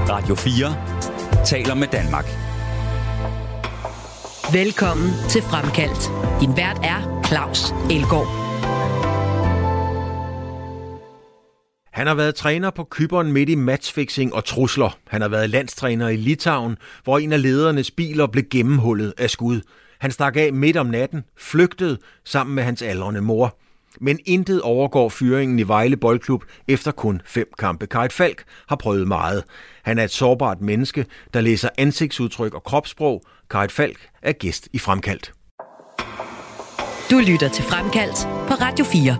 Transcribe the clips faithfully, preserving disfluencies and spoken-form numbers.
Radio fire taler med Danmark. Velkommen til Fremkaldt. Din vært er Claus Elgaard. Han har været træner på Cypern midt i matchfixing og trusler. Han har været landstræner i Litauen, hvor en af ledernes biler blev gennemhullet af skud. Han stak af midt om natten, flygtede sammen med hans aldrende mor. Men intet overgår fyringen i Vejle Boldklub efter kun fem kampe. Kajt Falk har prøvet meget. Han er et sårbart menneske, der læser ansigtsudtryk og kropssprog. Kajt Falk er gæst i Fremkaldt. Du lytter til Fremkaldt på Radio fire.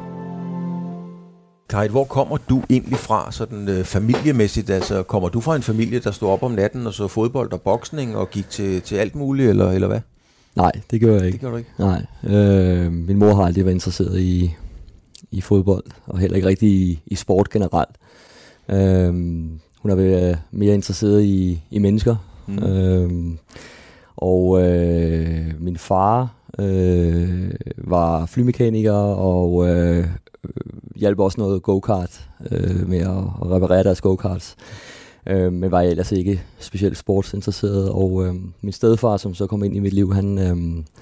Kajt, hvor kommer du egentlig fra, sådan øh, familiemæssigt? Altså, kommer du fra en familie, der stod op om natten og så fodbold og boksning og gik til, til alt muligt, eller, eller hvad? Nej, det gør jeg ikke. Det gør du ikke? Nej. Øh, min mor har aldrig været interesseret i, i fodbold, og heller ikke rigtig i, i sport generelt. Øh, hun har været mere interesseret i, i mennesker. Mm. Øh, og øh, min far øh, var flymekaniker og øh, hjalp også noget go-kart øh, med at, at reparere deres go-karts. Øh, men var jeg ellers ikke specielt sportsinteresseret, og øh, min stedfar, som så kom ind i mit liv, han, øh,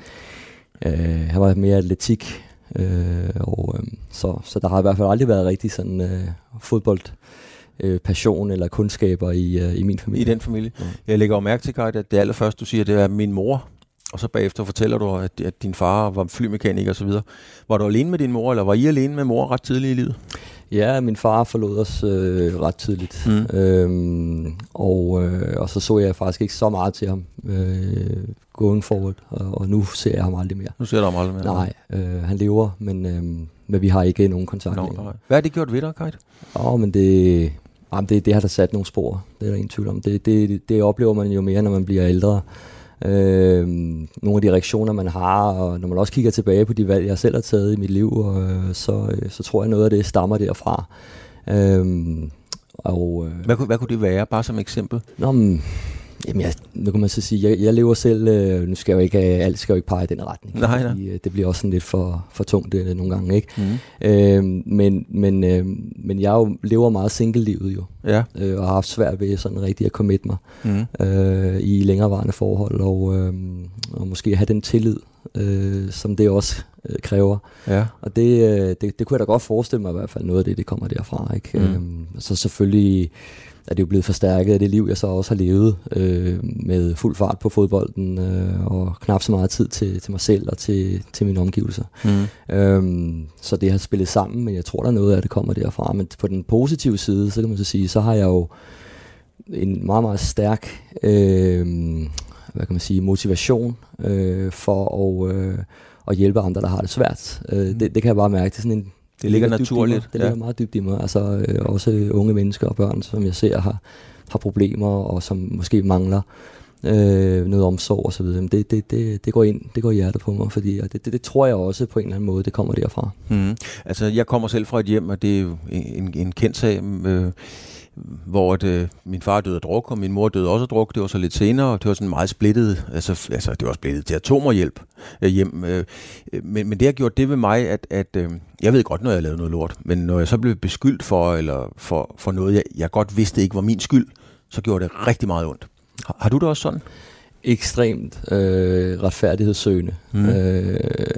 øh, han var mere atletik, øh, og øh, så, så der har i hvert fald aldrig været rigtig sådan øh, fodbold øh, passion eller kundskaber i, øh, i min familie. I den familie? Ja. Jeg lægger jo mærke til, Kajt, at det allerførste, du siger, det er min mor, og så bagefter fortæller du, at, at din far var flymekaniker og så videre. Var du alene med din mor, eller var I alene med mor ret tidligt i livet? Ja, min far forlod os øh, ret tidligt, mm. øhm, og, øh, og så så jeg faktisk ikke så meget til ham øh, going forward, og, og nu ser jeg ham aldrig mere. Nu ser du ham aldrig mere? Nej, øh, han lever, men, øh, men vi har ikke nogen kontakt no, længere. Hvad har det gjort ved dig, Kajt? Åh, men det, jamen det, det har der sat nogle spor, det er der ingen tvivl om. Det, det, det oplever man jo mere, når man bliver ældre. Øh, nogle af de reaktioner man har, og når man også kigger tilbage på de valg jeg selv har taget i mit liv, og, så, så tror jeg noget af det stammer derfra. Øh, og, øh, hvad, hvad kunne det være, bare som eksempel? Nå, men, jamen jeg, nu kan man så sige, jeg, jeg lever selv, øh, nu skal jeg jo ikke, alt skal jo ikke pege i den retning. Nej, nej. Fordi, det bliver også sådan lidt for, for tungt det, nogle gange, ikke? Mm. Øh, men, men, øh, men jeg jo lever meget single-livet jo, ja. øh, og har haft svært ved sådan rigtig at commit mig mm. øh, i længerevarende forhold, og, øh, og måske have den tillid, øh, som det også øh, kræver. Ja. Og det, øh, det, det kunne jeg da godt forestille mig i hvert fald, noget af det, det kommer derfra, ikke? Mm. Øh, så selvfølgelig er det jo blevet forstærket af det liv, jeg så også har levet, øh, med fuld fart på fodbolden, øh, og knap så meget tid til, til mig selv og til, til mine omgivelser. Mm. Øhm, så det har spillet sammen, men jeg tror, der er noget af det kommer derfra. Men på den positive side, så kan man så sige, så har jeg jo en meget, meget stærk øh, hvad kan man sige, motivation øh, for at, øh, at hjælpe andre, der har det svært. Øh, mm. det, det kan jeg bare mærke, det er sådan en Det ligger naturligt. Det ligger ja. meget dybt i mig. Altså øh, også unge mennesker og børn, som jeg ser har, har problemer, og som måske mangler øh, noget omsorg og så videre. Det, det, det, det går ind, det går i hjertet på mig, fordi det, det, det tror jeg også på en eller anden måde, det kommer derfra. Mm. Altså jeg kommer selv fra et hjem, og det er jo en, en kendt sag, øh, hvor at, øh, min far døde af druk, og min mor døde også af druk. Det var så lidt senere, og det var sådan meget splittet. Altså, altså det var splittet til atomerhjælp øh, hjem. Øh, men, men det har gjort det ved mig, at, at øh, jeg ved godt, når jeg har lavet noget lort, men når jeg så blev beskyldt for, eller for, for noget, jeg, jeg godt vidste ikke var min skyld, så gjorde det rigtig meget ondt. Har, har du det også sådan? Ekstremt øh, retfærdighedssøgende. Mm. Øh,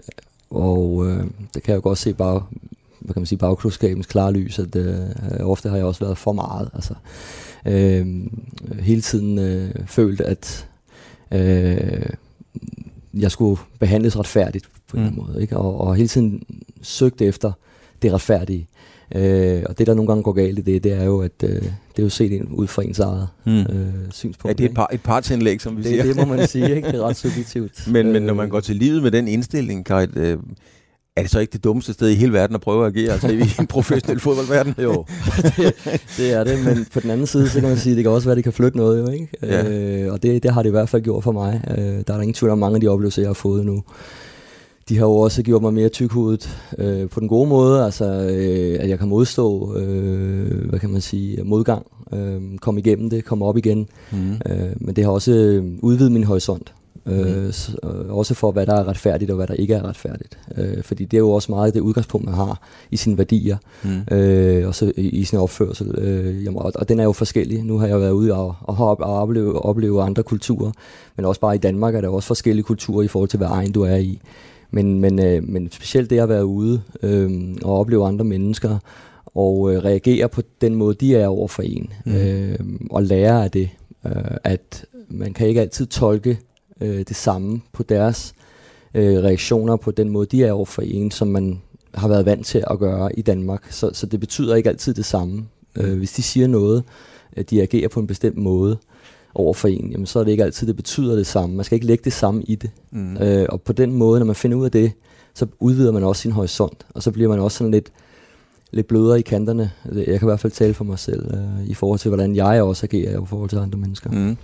og øh, det kan jeg jo godt se bare, hvad kan man sige, bagklodskabens klare lys, at øh, ofte har jeg også været for meget. Altså, øh, hele tiden øh, følt, at øh, jeg skulle behandles retfærdigt på en mm. måde, ikke? Og, og hele tiden søgt efter det retfærdige. Øh, og det, der nogle gange går galt i det, det er jo, at øh, det er jo set ind ud fra ens eget mm. øh, synspunkt. Ja, det er et, par, et partsindlæg, som vi det, siger. Det må man sige, ikke? Det er ret subjektivt. men, men når man går til livet med den indstilling, Kajt, øh, er det så ikke det dummeste sted i hele verden at prøve at agere, altså i en professionel fodboldverden? Jo, det, det er det, men på den anden side, så kan man sige, at det kan også være, at det kan flytte noget, jo, ikke? Ja. Øh, og det, det har det i hvert fald gjort for mig. Øh, der er der ingen tvivl om mange af de oplevelser, jeg har fået nu. De har jo også gjort mig mere tykhudet øh, på den gode måde, altså øh, at jeg kan modstå, øh, hvad kan man sige, modgang, øh, komme igennem det, komme op igen. Mm. Øh, men det har også øh, udvidet min horisont. Øh, så, øh, også for, hvad der er retfærdigt og hvad der ikke er retfærdigt. Øh, fordi det er jo også meget det udgangspunkt, man har i sine værdier, mm. øh, og så i, i sin opførsel. Øh, jamen, og, og den er jo forskellig. Nu har jeg været ude og, og, og opleve, opleve andre kulturer, men også bare i Danmark er der også forskellige kulturer i forhold til, hvad egen du er i. Men, men, øh, men specielt det at være ude øh, og opleve andre mennesker, og øh, reagere på den måde, de er over for en, mm. øh, og lære af det, øh, at man kan ikke altid tolke øh, det samme på deres øh, reaktioner på den måde, de er over for en, som man har været vant til at gøre i Danmark. Så, så det betyder ikke altid det samme. Øh, hvis de siger noget, at de agerer på en bestemt måde over for en, jamen, så er det ikke altid, det betyder det samme. Man skal ikke lægge det samme i det. Mm. Øh, og på den måde, når man finder ud af det, så udvider man også sin horisont, og så bliver man også sådan lidt lidt blødere i kanterne. Jeg kan i hvert fald tale for mig selv øh, i forhold til, hvordan jeg også agerer i forhold til andre mennesker. Mm.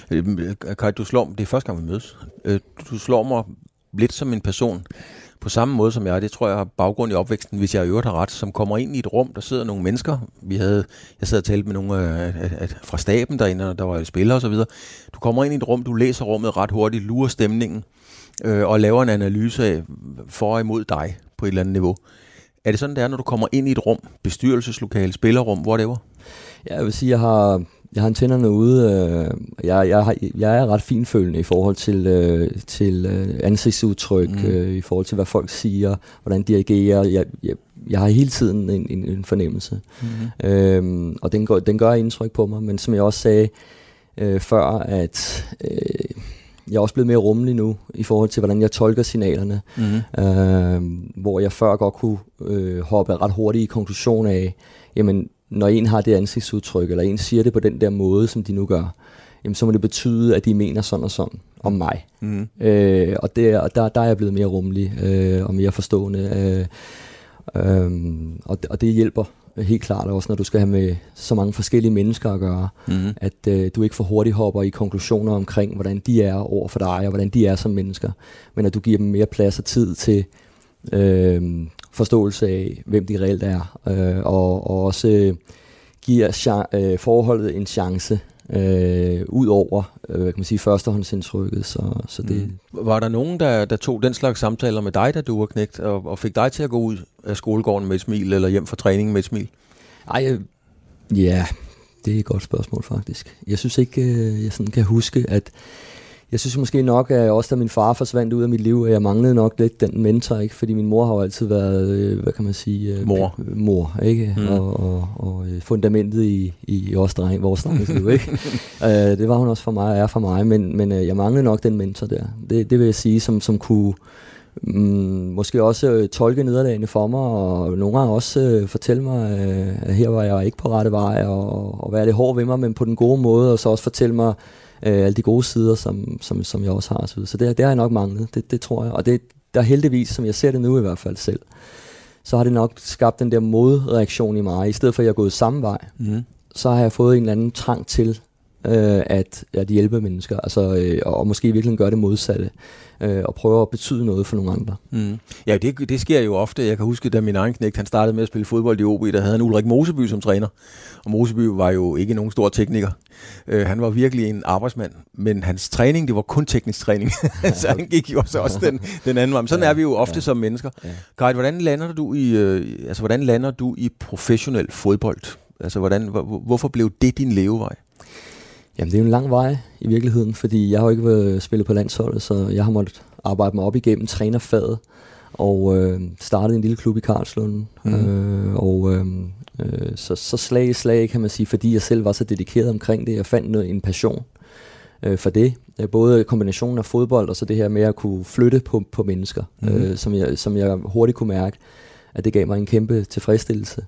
Kai, du slår, det er første gang, vi mødes. Du slår mig lidt som en person, på samme måde som jeg. Det tror jeg har baggrund i opvæksten, hvis jeg i øvrigt har ret, som kommer ind i et rum, der sidder nogle mennesker. Vi havde, jeg sad og talte med nogle øh, øh, fra staben derinde, og der var spillere og så videre. Du kommer ind i et rum, du læser rummet ret hurtigt, lurer stemningen, øh, og laver en analyse af for og imod dig på et eller andet niveau. Er det sådan, det er, når du kommer ind i et rum, bestyrelseslokale, spillerrum, whatever? Ja, jeg vil sige, jeg har, jeg har antennerne ude. Øh, jeg, jeg, har, jeg er ret finfølende i forhold til, øh, til øh, ansigtsudtryk, mm. øh, i forhold til, hvad folk siger, hvordan de agerer. Jeg, jeg, jeg har hele tiden en, en, en fornemmelse. Mm. Øhm, og den gør, den gør indtryk på mig, men som jeg også sagde øh, før, at øh, jeg er også blevet mere rummelig nu, i forhold til, hvordan jeg tolker signalerne. Mm. Øh, hvor jeg før godt kunne øh, hoppe ret hurtigt i konklusion af, jamen, når en har det ansigtsudtryk, eller en siger det på den der måde, som de nu gør, jamen, så må det betyde, at de mener sådan og sådan om mig. Mm. Øh, og det, og der, der er jeg blevet mere rummelig øh, og mere forstående. Øh, øh, og, og det hjælper helt klart også, når du skal have med så mange forskellige mennesker at gøre, mm. at øh, du ikke for hurtigt hopper i konklusioner omkring, hvordan de er over for dig, og hvordan de er som mennesker, men at du giver dem mere plads og tid til øh, forståelse af, hvem de reelt er, øh, og, og også øh, giver chan- øh, forholdet en chance, øh, ud over øh, kan man sige, førstehåndsindtrykket. Så, så det mm. Var der nogen, der, der tog den slags samtaler med dig, da du var knægt, og, og fik dig til at gå ud af skolegården med et smil, eller hjem fra træningen med et smil? Ej, ja, det er et godt spørgsmål faktisk. Jeg synes ikke, jeg sådan kan huske, at jeg synes måske nok, at også da min far forsvandt ud af mit liv, at jeg manglede nok lidt den mentor, ikke? Fordi min mor har jo altid været, hvad kan man sige, mor, mor ikke? Mm. Og, og, og fundamentet i, i os dreng, vores drenges liv, ikke? uh, det var hun også for mig, og er for mig, men, men uh, jeg manglede nok den mentor der. Det, det vil jeg sige, som, som kunne um, måske også uh, tolke nederlagene for mig, og nogle gange også uh, fortælle mig, uh, at her var jeg ikke på rette vej, og, og være lidt hård ved mig, men på den gode måde, og så også fortælle mig Uh, alle de gode sider, som, som, som jeg også har. Så, så det, det har jeg nok manglet, det, det tror jeg. Og det, der heldigvis, som jeg ser det nu i hvert fald selv, så har det nok skabt den der modreaktion i mig. I stedet for at jeg er gået samme vej, mm. så har jeg fået en eller anden trang til uh, at, at hjælpe mennesker, altså, uh, og, og måske virkelig gøre det modsatte, uh, og prøve at betyde noget for nogle andre. Mm. Ja, det, det sker jo ofte. Jeg kan huske, da min egen knægt, han startede med at spille fodbold i O B, der havde han Ulrik Moseby som træner. Og Moseby var jo ikke nogen stor tekniker. Uh, han var virkelig en arbejdsmand, men hans træning, det var kun teknisk træning. Så han gik jo også, også den, den anden vej. Men sådan ja, er vi jo ofte ja, som mennesker. Ja. Kai, hvordan lander du i, uh, altså, hvordan lander du i professionel fodbold? Altså, hvordan, hvor, hvorfor blev det din levevej? Jamen, det er jo en lang vej i virkeligheden, fordi jeg har jo ikke været spillet på landsholdet, så jeg har måttet arbejde mig op igennem trænerfaget, og øh, startede en lille klub i Karlslund. Mm. Øh, og øh, øh, så, så slag i slag, kan man sige, fordi jeg selv var så dedikeret omkring det. Jeg fandt noget, en passion øh, for det. Både kombinationen af fodbold, og så det her med at kunne flytte på, på mennesker, mm. øh, som, jeg, som jeg hurtigt kunne mærke, at det gav mig en kæmpe tilfredsstillelse.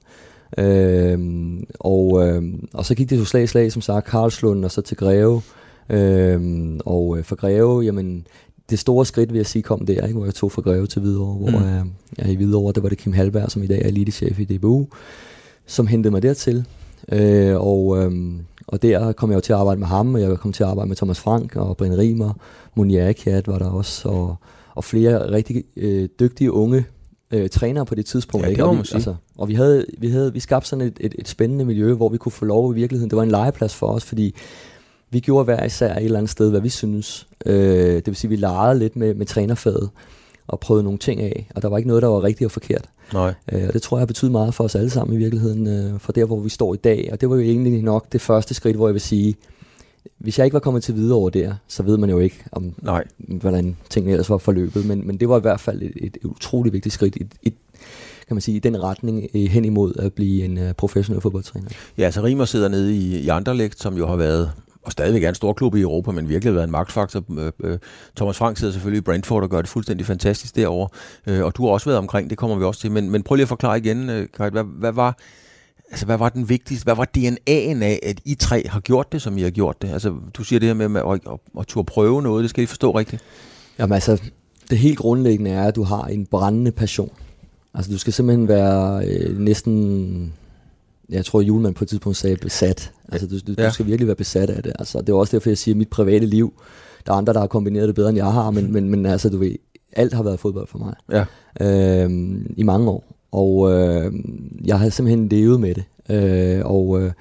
Øhm, og, øhm, og så gik det jo slag i slag, som sagt, Karlslund og så til Greve, øhm, og øh, for Greve, jamen det store skridt, vil jeg sige, kom der, ikke? Hvor jeg tog fra Greve til Hvidovre, hvor mm. jeg, jeg er i Hvidovre, der var det Kim Hallberg, som i dag er elitechef i D B U, som hentede mig dertil, øh, og, øhm, og der kom jeg jo til at arbejde med ham, og jeg kom til at arbejde med Thomas Frank og Brian Riemer, Monier Akiat var der også, og, og flere rigtig øh, dygtige unge Øh, trænere på det tidspunkt, ja, ikke? Det og, vi, altså, og vi havde vi havde vi skabte sådan et, et, et spændende miljø, hvor vi kunne få lov i virkeligheden. Det var en legeplads for os, fordi vi gjorde hver især et eller andet sted, hvad vi synes. Øh, det vil sige, vi legede lidt med, med trænerfaget og prøvede nogle ting af, og der var ikke noget, der var rigtigt og forkert. Nej. Øh, og det tror jeg har betydet meget for os alle sammen i virkeligheden, øh, for der, hvor vi står i dag. Og det var jo egentlig nok det første skridt, hvor jeg vil sige, hvis jeg ikke var kommet til videre over der, så ved man jo ikke, om Nej. hvordan tingene ellers var forløbet. Men, men det var i hvert fald et, et utroligt vigtigt skridt i, et, kan man sige, i den retning hen imod at blive en uh, professionel fodboldtræner. Ja, så Reimer sidder nede i, i Anderlecht, som jo har været, og stadigvæk er en stor klub i Europa, men virkelig har været en magtfaktor. Øh, Thomas Frank sidder selvfølgelig i Brentford og gør det fuldstændig fantastisk derovre. Øh, og du har også været omkring, det kommer vi også til. Men, men prøv lige at forklare igen, øh, Kajt, hvad, hvad var... Altså, hvad var den vigtigste? Hvad var D N A'en af, at I tre har gjort det, som I har gjort det? Altså, du siger det her med at, at, at, at turde prøve noget, det skal I forstå rigtigt? Jamen altså, det helt grundlæggende er, at du har en brændende passion. Altså, du skal simpelthen være øh, næsten, jeg tror, Julemand på et tidspunkt sagde besat. Altså, du, du, ja. du skal virkelig være besat af det. Altså, det er også derfor, jeg siger, at mit private liv, der er andre, der har kombineret det bedre, end jeg har, men, men, men altså, du ved, alt har været fodbold for mig. Ja. Øh, I mange år. Og øh, jeg har simpelthen levet med det. Øh, og øh,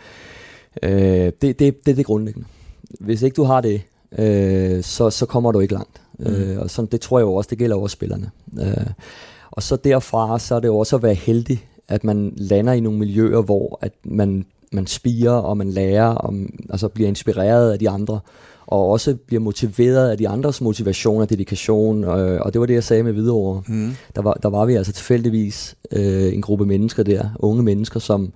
øh, det, det, det er det grundlæggende. Hvis ikke du har det, øh, så, så kommer du ikke langt. Mm. Øh, og sådan, det tror jeg jo også, det gælder over spillerne. Øh, og så derfra, så er det jo også at være heldig, at man lander i nogle miljøer, hvor at man, man spirer, og man lærer, og altså bliver inspireret af de andre, og også bliver motiveret af de andres motivation og dedikation, øh, og det var det, jeg sagde med Hvidovre. Mm. Der, var, der var vi altså tilfældigvis øh, en gruppe mennesker der, unge mennesker, som,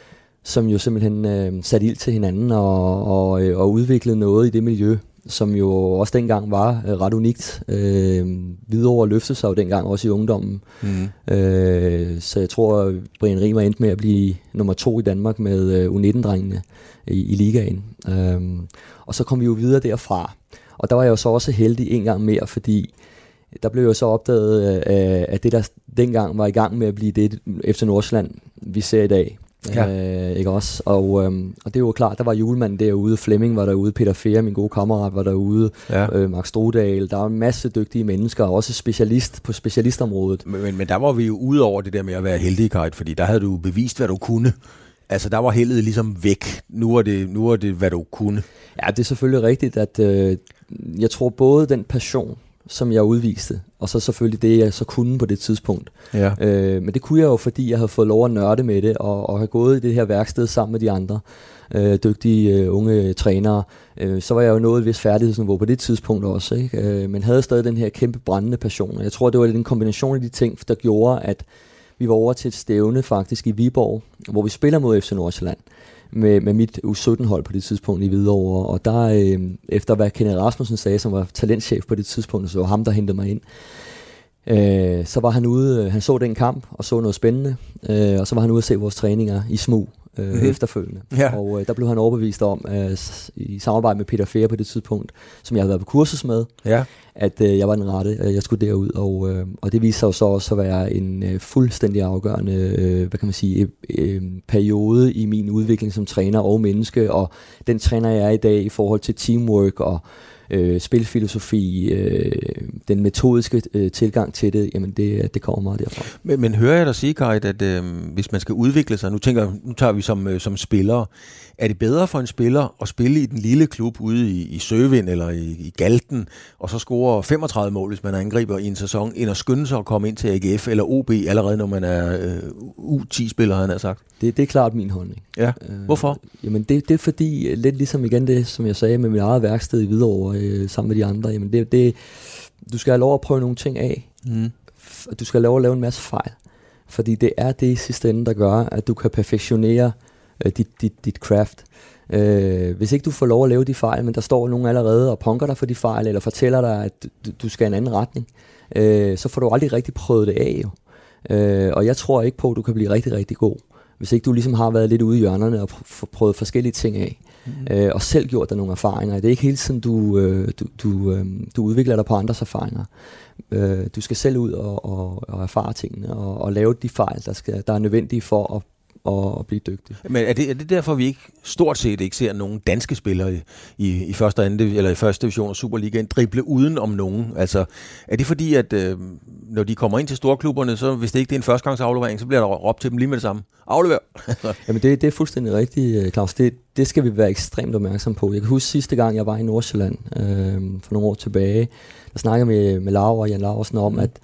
som jo simpelthen øh, satte ild til hinanden og, og, øh, og udviklede noget i det miljø, som jo også dengang var øh, ret unikt. Øh, Hvidovre løftede sig jo dengang også i ungdommen. Mm. Øh, så jeg tror, Brian Reimer endte med at blive nummer to i Danmark med øh, U nitten-drengene i, i ligaen. Øh, og så kom vi jo videre derfra. Og der var jeg jo så også heldig en gang mere, fordi der blev jo så opdaget, øh, at det der dengang var i gang med at blive det efter Nordsjælland, vi ser i dag. Ja. Øh, ikke også? Og, øhm, og det er jo klart, der var Julemand derude, Flemming var derude, Peter Fehr, min gode kammerat, var derude, ja. øh, Mark Strodal, der var en masse dygtige mennesker, også specialist på specialistområdet. Men, men, men der var vi jo ude over det der med at være heldig, Kajt, fordi der havde du bevist, hvad du kunne. Altså, der var heldet ligesom væk. Nu er det, nu er det hvad du kunne. Ja, det er selvfølgelig rigtigt, at øh, jeg tror både den passion, som jeg udviste, og så selvfølgelig det, jeg så kunne på det tidspunkt. Ja. Øh, men det kunne jeg jo, fordi jeg havde fået lov at nørde med det, og, og have gået i det her værksted sammen med de andre øh, dygtige øh, unge trænere. Øh, så var jeg jo nået et vis færdighedsniveau på det tidspunkt også, ikke? Øh, men havde stadig den her kæmpe brændende passion. Jeg tror, det var den kombination af de ting, der gjorde, at vi var over til et stævne faktisk i Viborg, hvor vi spiller mod F C Nordsjælland. Med, med mit U sytten-hold på det tidspunkt i Hvidovre, og der, øh, efter hvad Kenneth Rasmussen sagde, som var talentchef på det tidspunkt, så var ham, der hentede mig ind, øh, så var han ude, han så den kamp, og så noget spændende, øh, og så var han ude at se vores træninger i smug øh, mm-hmm. efterfølgende, ja. og øh, der blev han overbevist om, øh, i samarbejde med Peter Fehr på det tidspunkt, som jeg havde været på kursus med, ja. at øh, jeg var den rette, øh, jeg skulle derud, og, øh, og det viste sig jo så også at være en øh, fuldstændig afgørende, øh, hvad kan man sige, øh, periode i min udvikling som træner og menneske, og den træner jeg er i dag i forhold til teamwork og øh, spilfilosofi, øh, den metodiske øh, tilgang til det, jamen det, det kommer meget derfra. Men, men hører jeg dig sige, Kajt, at øh, hvis man skal udvikle sig, nu tænker nu tager vi som, øh, som spillere, er det bedre for en spiller at spille i den lille klub ude i, i Søvind eller i, i Galten, og så score femogtredive mål, hvis man er angriber i en sæson, end at skynde sig at komme ind til A G F eller O B allerede, når man er øh, U ti-spiller, han har sagt? Det, det er klart min holdning. Ja. Øh, Hvorfor? Jamen det, det er fordi, lidt ligesom igen det, som jeg sagde med mit eget værksted i Hvidovre øh, sammen med de andre, jamen det, det, du skal have lov at prøve nogle ting af. Mm. Du skal have lov at lave en masse fejl. Fordi det er det i sidste ende, der gør, at du kan perfektionere øh, dit, dit, dit craft. Øh, hvis ikke du får lov at lave de fejl, men der står nogen allerede og punker dig for de fejl, eller fortæller dig, at du, du skal i en anden retning, øh, så får du aldrig rigtig prøvet det af. Jo. Øh, og jeg tror ikke på, at du kan blive rigtig, rigtig god, hvis ikke du ligesom har været lidt ude i hjørnerne og pr- prøvet forskellige ting af. Mm. Øh, og selv gjort dig nogle erfaringer. Det er ikke hele tiden, du, øh, du, du, øh, du udvikler dig på andres erfaringer. Øh, du skal selv ud og, og, og erfare tingene, og, og lave de fejl, der, skal, der er nødvendige for at og, og blive dygtig. Men er det, er det derfor, vi ikke stort set ikke ser nogen danske spillere i, i, i første anden, eller i første division og Superligaen drible uden om nogen? Altså, er det fordi, at øh, når de kommer ind til storklubberne, så hvis det ikke det er en førstegangsaflevering, så bliver der råbt til dem lige med det samme. Aflever! Jamen det, det er fuldstændig rigtigt, Claus. Det, det skal vi være ekstremt opmærksom på. Jeg kan huske sidste gang, jeg var i Nordsjælland øh, for nogle år tilbage, der snakkede med, med Laura og Jan Laursen om, at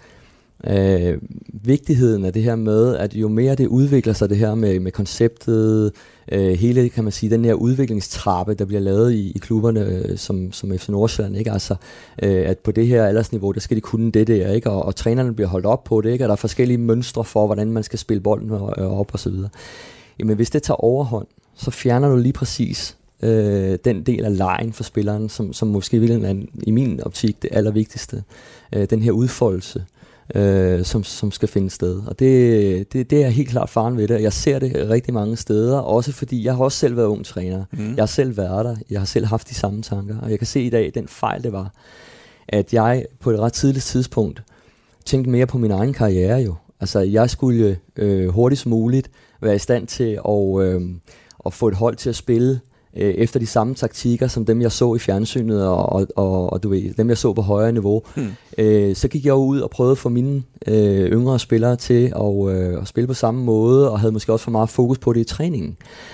øh, vigtigheden af det her med, at jo mere det udvikler sig, det her med, med konceptet, øh, hele, kan man sige, den her udviklingstrappe, der bliver lavet i, i klubberne, øh, som, som F C Nordsjælland, ikke? Altså, øh, at på det her aldersniveau, der skal de kunne det der, ikke? Og, og trænerne bliver holdt op på det, ikke? Og der er forskellige mønstre for, hvordan man skal spille bolden op og så videre. Jamen, hvis det tager overhånd, så fjerner du lige præcis øh, den del af lejen for spilleren, som, som måske er i min optik det allervigtigste. Øh, den her udfoldelse, øh, som, som skal finde sted. Og det, det, det er helt klart faren ved det. Jeg ser det rigtig mange steder, også fordi jeg har også selv været ung træner. Mm. Jeg har selv været der. Jeg har selv haft de samme tanker. Og jeg kan se i dag, den fejl det var, at jeg på et ret tidligt tidspunkt tænkte mere på min egen karriere jo. Altså, jeg skulle øh, hurtigst muligt være i stand til at, øh, at få et hold til at spille øh, efter de samme taktikker, som dem, jeg så i fjernsynet, og, og, og, og du ved, dem, jeg så på højere niveau. Hmm. Øh, så gik jeg jo ud og prøvede at få mine øh, yngre spillere til at, øh, at spille på samme måde, og havde måske også for meget fokus på det i træningen.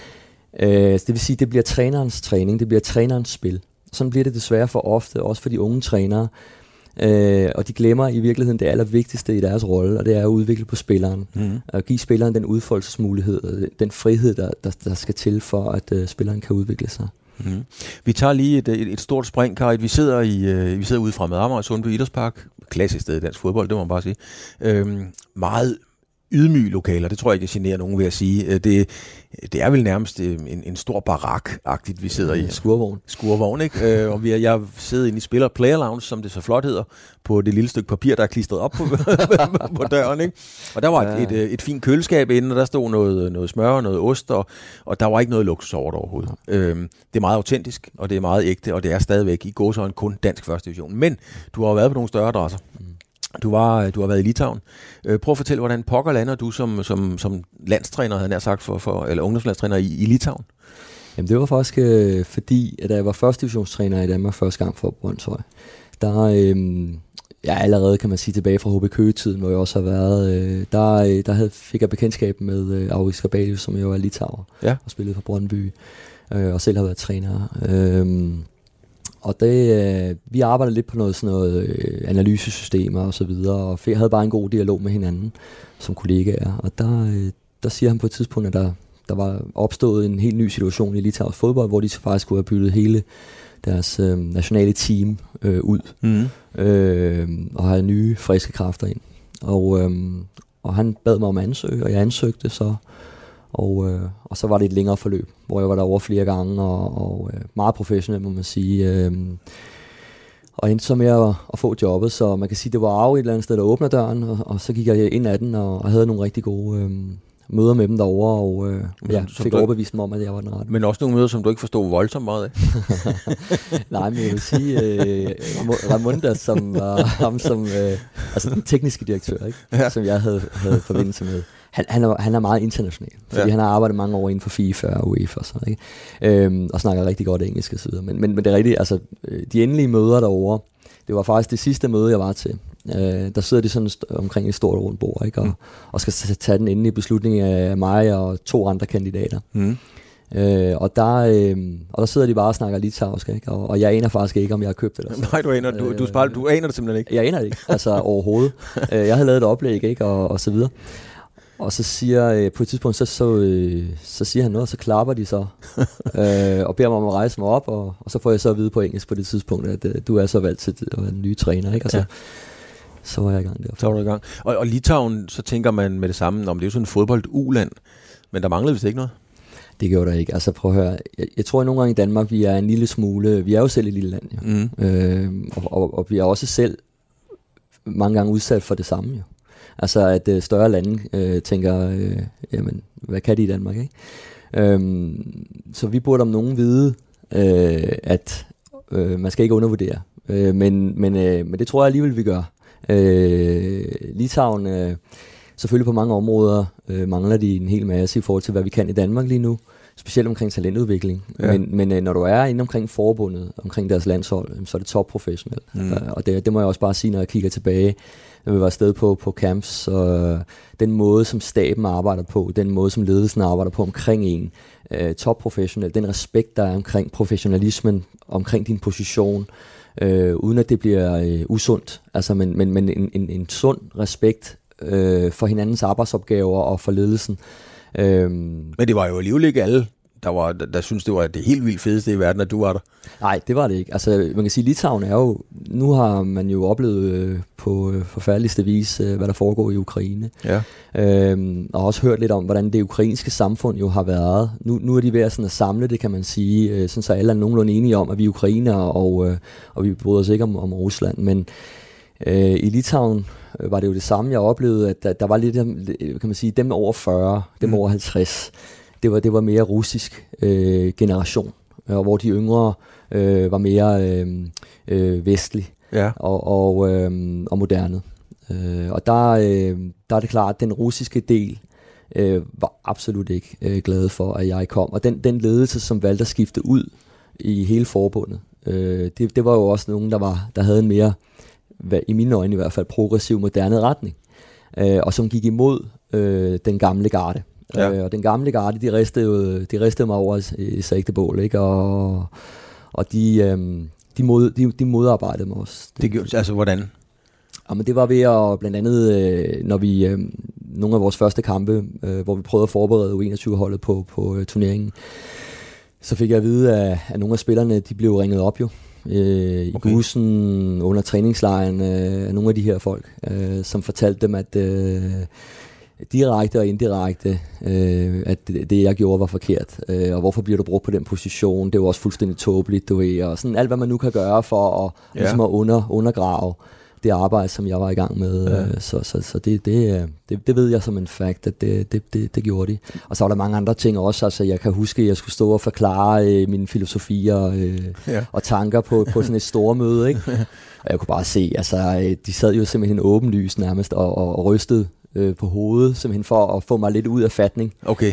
Øh, det vil sige, det bliver trænerens træning, det bliver trænerens spil. Sådan bliver det desværre for ofte, også for de unge trænere. Øh, og de glemmer i virkeligheden det allervigtigste i deres rolle, og det er at udvikle på spilleren. Mm. At give spilleren den udfoldelsesmulighed, den frihed, der, der, der skal til for, at uh, spilleren kan udvikle sig. Mm. Vi tager lige et, et, et stort spring, Karit. Vi sidder, i, uh, vi sidder ude fra med Amager i Sundby Idrætspark. Klassisk sted i dansk fodbold, det må man bare sige. Øhm, meget ydmyge lokaler, det tror jeg ikke, det generer nogen ved at sige. Det, det er vel nærmest en, en stor barak-agtigt, vi sidder i. Skurvogn. Skurvogn, ikke? Øh, og vi er, jeg sidder inde i Spiller Player Lounge, som det så flot hedder, på det lille stykke papir, der er klistret op på, på døren, ikke? Og der var et, et, et, et fint køleskab inde, og der stod noget, noget smør og noget ost, og, og der var ikke noget luksus over det overhovedet. Ja. Øhm, det er meget autentisk, og det er meget ægte, og det er stadigvæk i gåseøjne kun dansk første division. Men du har jo været på nogle større adresser. Mm. Du, var, du har været i Litauen. Øh, prøv at fortælle, hvordan pokker lander du som, som, som landstræner, havde jeg sagt, for, for, eller ungdomslandstræner i, i Litauen? Jamen det var faktisk øh, fordi, at jeg var første divisionstræner i Danmark første gang for Brøndshøj. Der øh, ja, allerede kan man sige tilbage fra H B Køge-tiden, hvor jeg også har været, øh, der, der havde, fik jeg bekendtskab med øh, August Gabalius, som jo er litauer, ja. Og spillede for Brøndby, øh, og selv har været træner. Øh, Og det, øh, vi arbejder lidt på noget, sådan noget øh, analysesystemer og så videre, og jeg havde bare en god dialog med hinanden som kollegaer. Og der, øh, der siger han på et tidspunkt, at der, der var opstået en helt ny situation i Litauens fodbold, hvor de faktisk skulle have byttet hele deres øh, nationale team øh, ud, mm. øh, og have nye, friske kræfter ind. Og, øh, og han bad mig om at ansøge, og jeg ansøgte så. Og, øh, og så var det et længere forløb, hvor jeg var der over flere gange, og, og øh, meget professionel, må man sige. Øh, og endte så med at, at få jobbet, så man kan sige, det var af et eller andet sted, der åbner døren, og, og så gik jeg ind ad den, og, og havde nogle rigtig gode øh, møder med dem derovre, og øh, jeg fik overbevist dem om, at jeg var den rette. Men også nogle møder, som du ikke forstod voldsomt meget af? Nej, men jeg vil sige, øh, Ramunda, som var ham som, øh, altså den tekniske direktør, ikke? Ja. Som jeg havde, havde forbindelse med. Han, han, er, han er meget international, fordi ja. Han har arbejdet mange år inden for FIFA og UEFA og sådan, ikke? Øhm, og snakker rigtig godt engelsk og så videre. Men, men, men det er rigtigt, altså de endelige møder derovre, det var faktisk det sidste møde, jeg var til. Øh, der sidder de sådan st- omkring et stort rundt bord, ikke? Og, mm. og skal tage den endelige beslutning af mig og to andre kandidater. Mm. Øh, og, der, øh, og der sidder de bare og snakker litauisk, ikke? Og, og jeg aner faktisk ikke, om jeg har købt det. Nej, du aner, du, du, sparer, du aner det simpelthen ikke. Jeg aner det ikke, altså overhovedet. Jeg havde lavet et oplæg, ikke? Og, og så videre. Og så siger øh, på et tidspunkt, så, så, øh, så siger han noget, og så klapper de så, øh, og beder mig om at rejse mig op, og, og så får jeg så at vide på engelsk på det tidspunkt, at øh, du er så valgt til at være den nye træner, ikke? Og så, ja. så var jeg i gang der. Så var du i gang. Og, og Litauen, så tænker man med det samme, om det er jo sådan en fodbold-uland, men der manglede vist ikke noget? Det gjorde der ikke. Altså prøv at høre, jeg, jeg tror at nogle gange i Danmark, vi er en lille smule, vi er jo selv et lille land, jo. Mm. Øh, og, og, og vi er også selv mange gange udsat for det samme, jo. Altså at øh, større lande øh, tænker, øh, jamen, hvad kan de i Danmark, ikke? Øhm, så vi burde om nogen vide, øh, at øh, man skal ikke undervurdere. Øh, men, men, øh, men det tror jeg alligevel, vi gør. Øh, Litauen, øh, selvfølgelig på mange områder, øh, mangler de en hel masse i forhold til, hvad vi kan i Danmark lige nu. specielt omkring talentudvikling. Ja. Men, men når du er inde omkring forbundet, omkring deres landshold, så er det topprofessionelt. Mm. Og det, det må jeg også bare sige, når jeg kigger tilbage, når vi var afsted på, på camps, så den måde, som staben arbejder på, den måde, som ledelsen arbejder på omkring en, øh, topprofessionel, den respekt, der er omkring professionalismen, omkring din position, øh, uden at det bliver øh, usundt, altså, men, men, men en, en, en sund respekt øh, for hinandens arbejdsopgaver og for ledelsen. Øh, men det var jo alligevel ikke alle, der, var, der, der synes det var det helt vildt fedeste i verden, at du var der. Nej, det var det ikke. Altså, man kan sige, Litauen er jo, nu har man jo oplevet øh, på øh, forfærdeligste vis, øh, hvad der foregår i Ukraine. Ja. Øhm, og også hørt lidt om, hvordan det ukrainske samfund jo har været. Nu, nu er de ved at, sådan at samle det, kan man sige, øh, sådan så alle er nogenlunde enige om, at vi er ukrainere, og, øh, og vi bryder os ikke om, om Rusland. Men øh, i Litauen øh, var det jo det samme, jeg oplevede, at der, der var lidt, kan man sige, dem over fyrre, dem mm. over halvtreds. Det var, det var mere russisk øh, generation, øh, hvor de yngre øh, var mere øh, øh, vestlig ja. og, og, øh, og moderne. Øh, og der, øh, der er det klart, at den russiske del øh, var absolut ikke øh, glad for, at jeg kom. Og den, den ledelse, som valgte at skifte ud i hele forbundet, øh, det, det var jo også nogen, der, var, der havde en mere, i mine øjne i hvert fald, progressiv, moderne retning. Øh, og som gik imod øh, den gamle garde. Ja. Øh, og den gamle garde, de ristede, jo, de ristede mig over i, i sigtebål, ikke? Og, og de, øhm, de, mod, de, de modarbejdede mig også. Det gjorde, altså hvordan? Jamen det var ved at, blandt andet, øh, når vi, øh, nogle af vores første kampe, øh, hvor vi prøvede at forberede U enogtyve-holdet på, på øh, turneringen, så fik jeg at vide, at, at nogle af spillerne, de blev ringet op jo. Øh, okay. I bussen, under træningslejren, øh, af nogle af de her folk, øh, som fortalte dem, at øh, direkte og indirekte, øh, at det, det jeg gjorde var forkert, øh, og hvorfor bliver du brugt på den position, det var også fuldstændig tåbeligt, du ved, og sådan alt hvad man nu kan gøre for at, ja. ligesom at under, undergrave det arbejde, som jeg var i gang med, ja. øh, så, så, så det, det, det, det ved jeg som en fact, at det, det, det, det gjorde de. Og så var der mange andre ting også, altså jeg kan huske, at jeg skulle stå og forklare øh, mine filosofier øh, ja. og tanker på, på sådan et stormøde, ikke? Og jeg kunne bare se, altså de sad jo simpelthen åbenlyst nærmest og, og, og rystede på hovedet, simpelthen for at få mig lidt ud af fatning. Okay.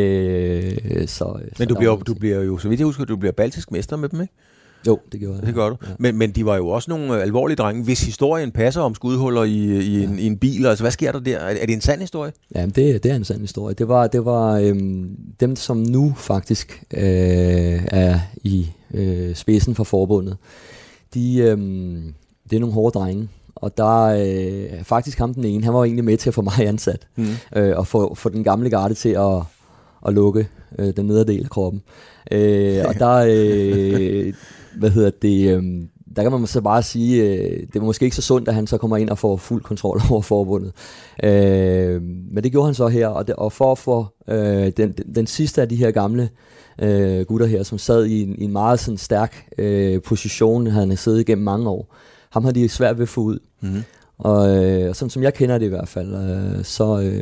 Øh, så, men så du bliver, du bliver jo, så vidt jeg husker, du bliver baltisk mester med dem, ikke? Jo, det gjorde jeg. Det gør du. Ja. Men, men de var jo også nogle alvorlige drenge. Hvis historien passer om skudhuller i, i, en, ja. i en bil, altså hvad sker der der? Er, er det en sand historie? Ja, det, det er en sand historie. Det var, det var øhm, dem, som nu faktisk øh, er i øh, spidsen for forbundet. De, øhm, det er nogle hårde drenge. Og der øh, faktisk ham den ene, han var egentlig med til at få mig ansat, mm. øh, og få, få den gamle garde til at, at lukke øh, den nederdel af kroppen. Øh, og der, øh, hvad hedder det, øh, der kan man så bare sige, øh, det var måske ikke så sundt, at han så kommer ind og får fuld kontrol over forbundet. Øh, men det gjorde han så her, og, det, og for at få øh, den, den, den sidste af de her gamle øh, gutter her, som sad i en, i en meget sådan, stærk øh, position, han havde siddet igennem mange år, ham havde de svært ved at få ud. Mm-hmm. Og øh, sådan som jeg kender det i hvert fald, øh, så, øh,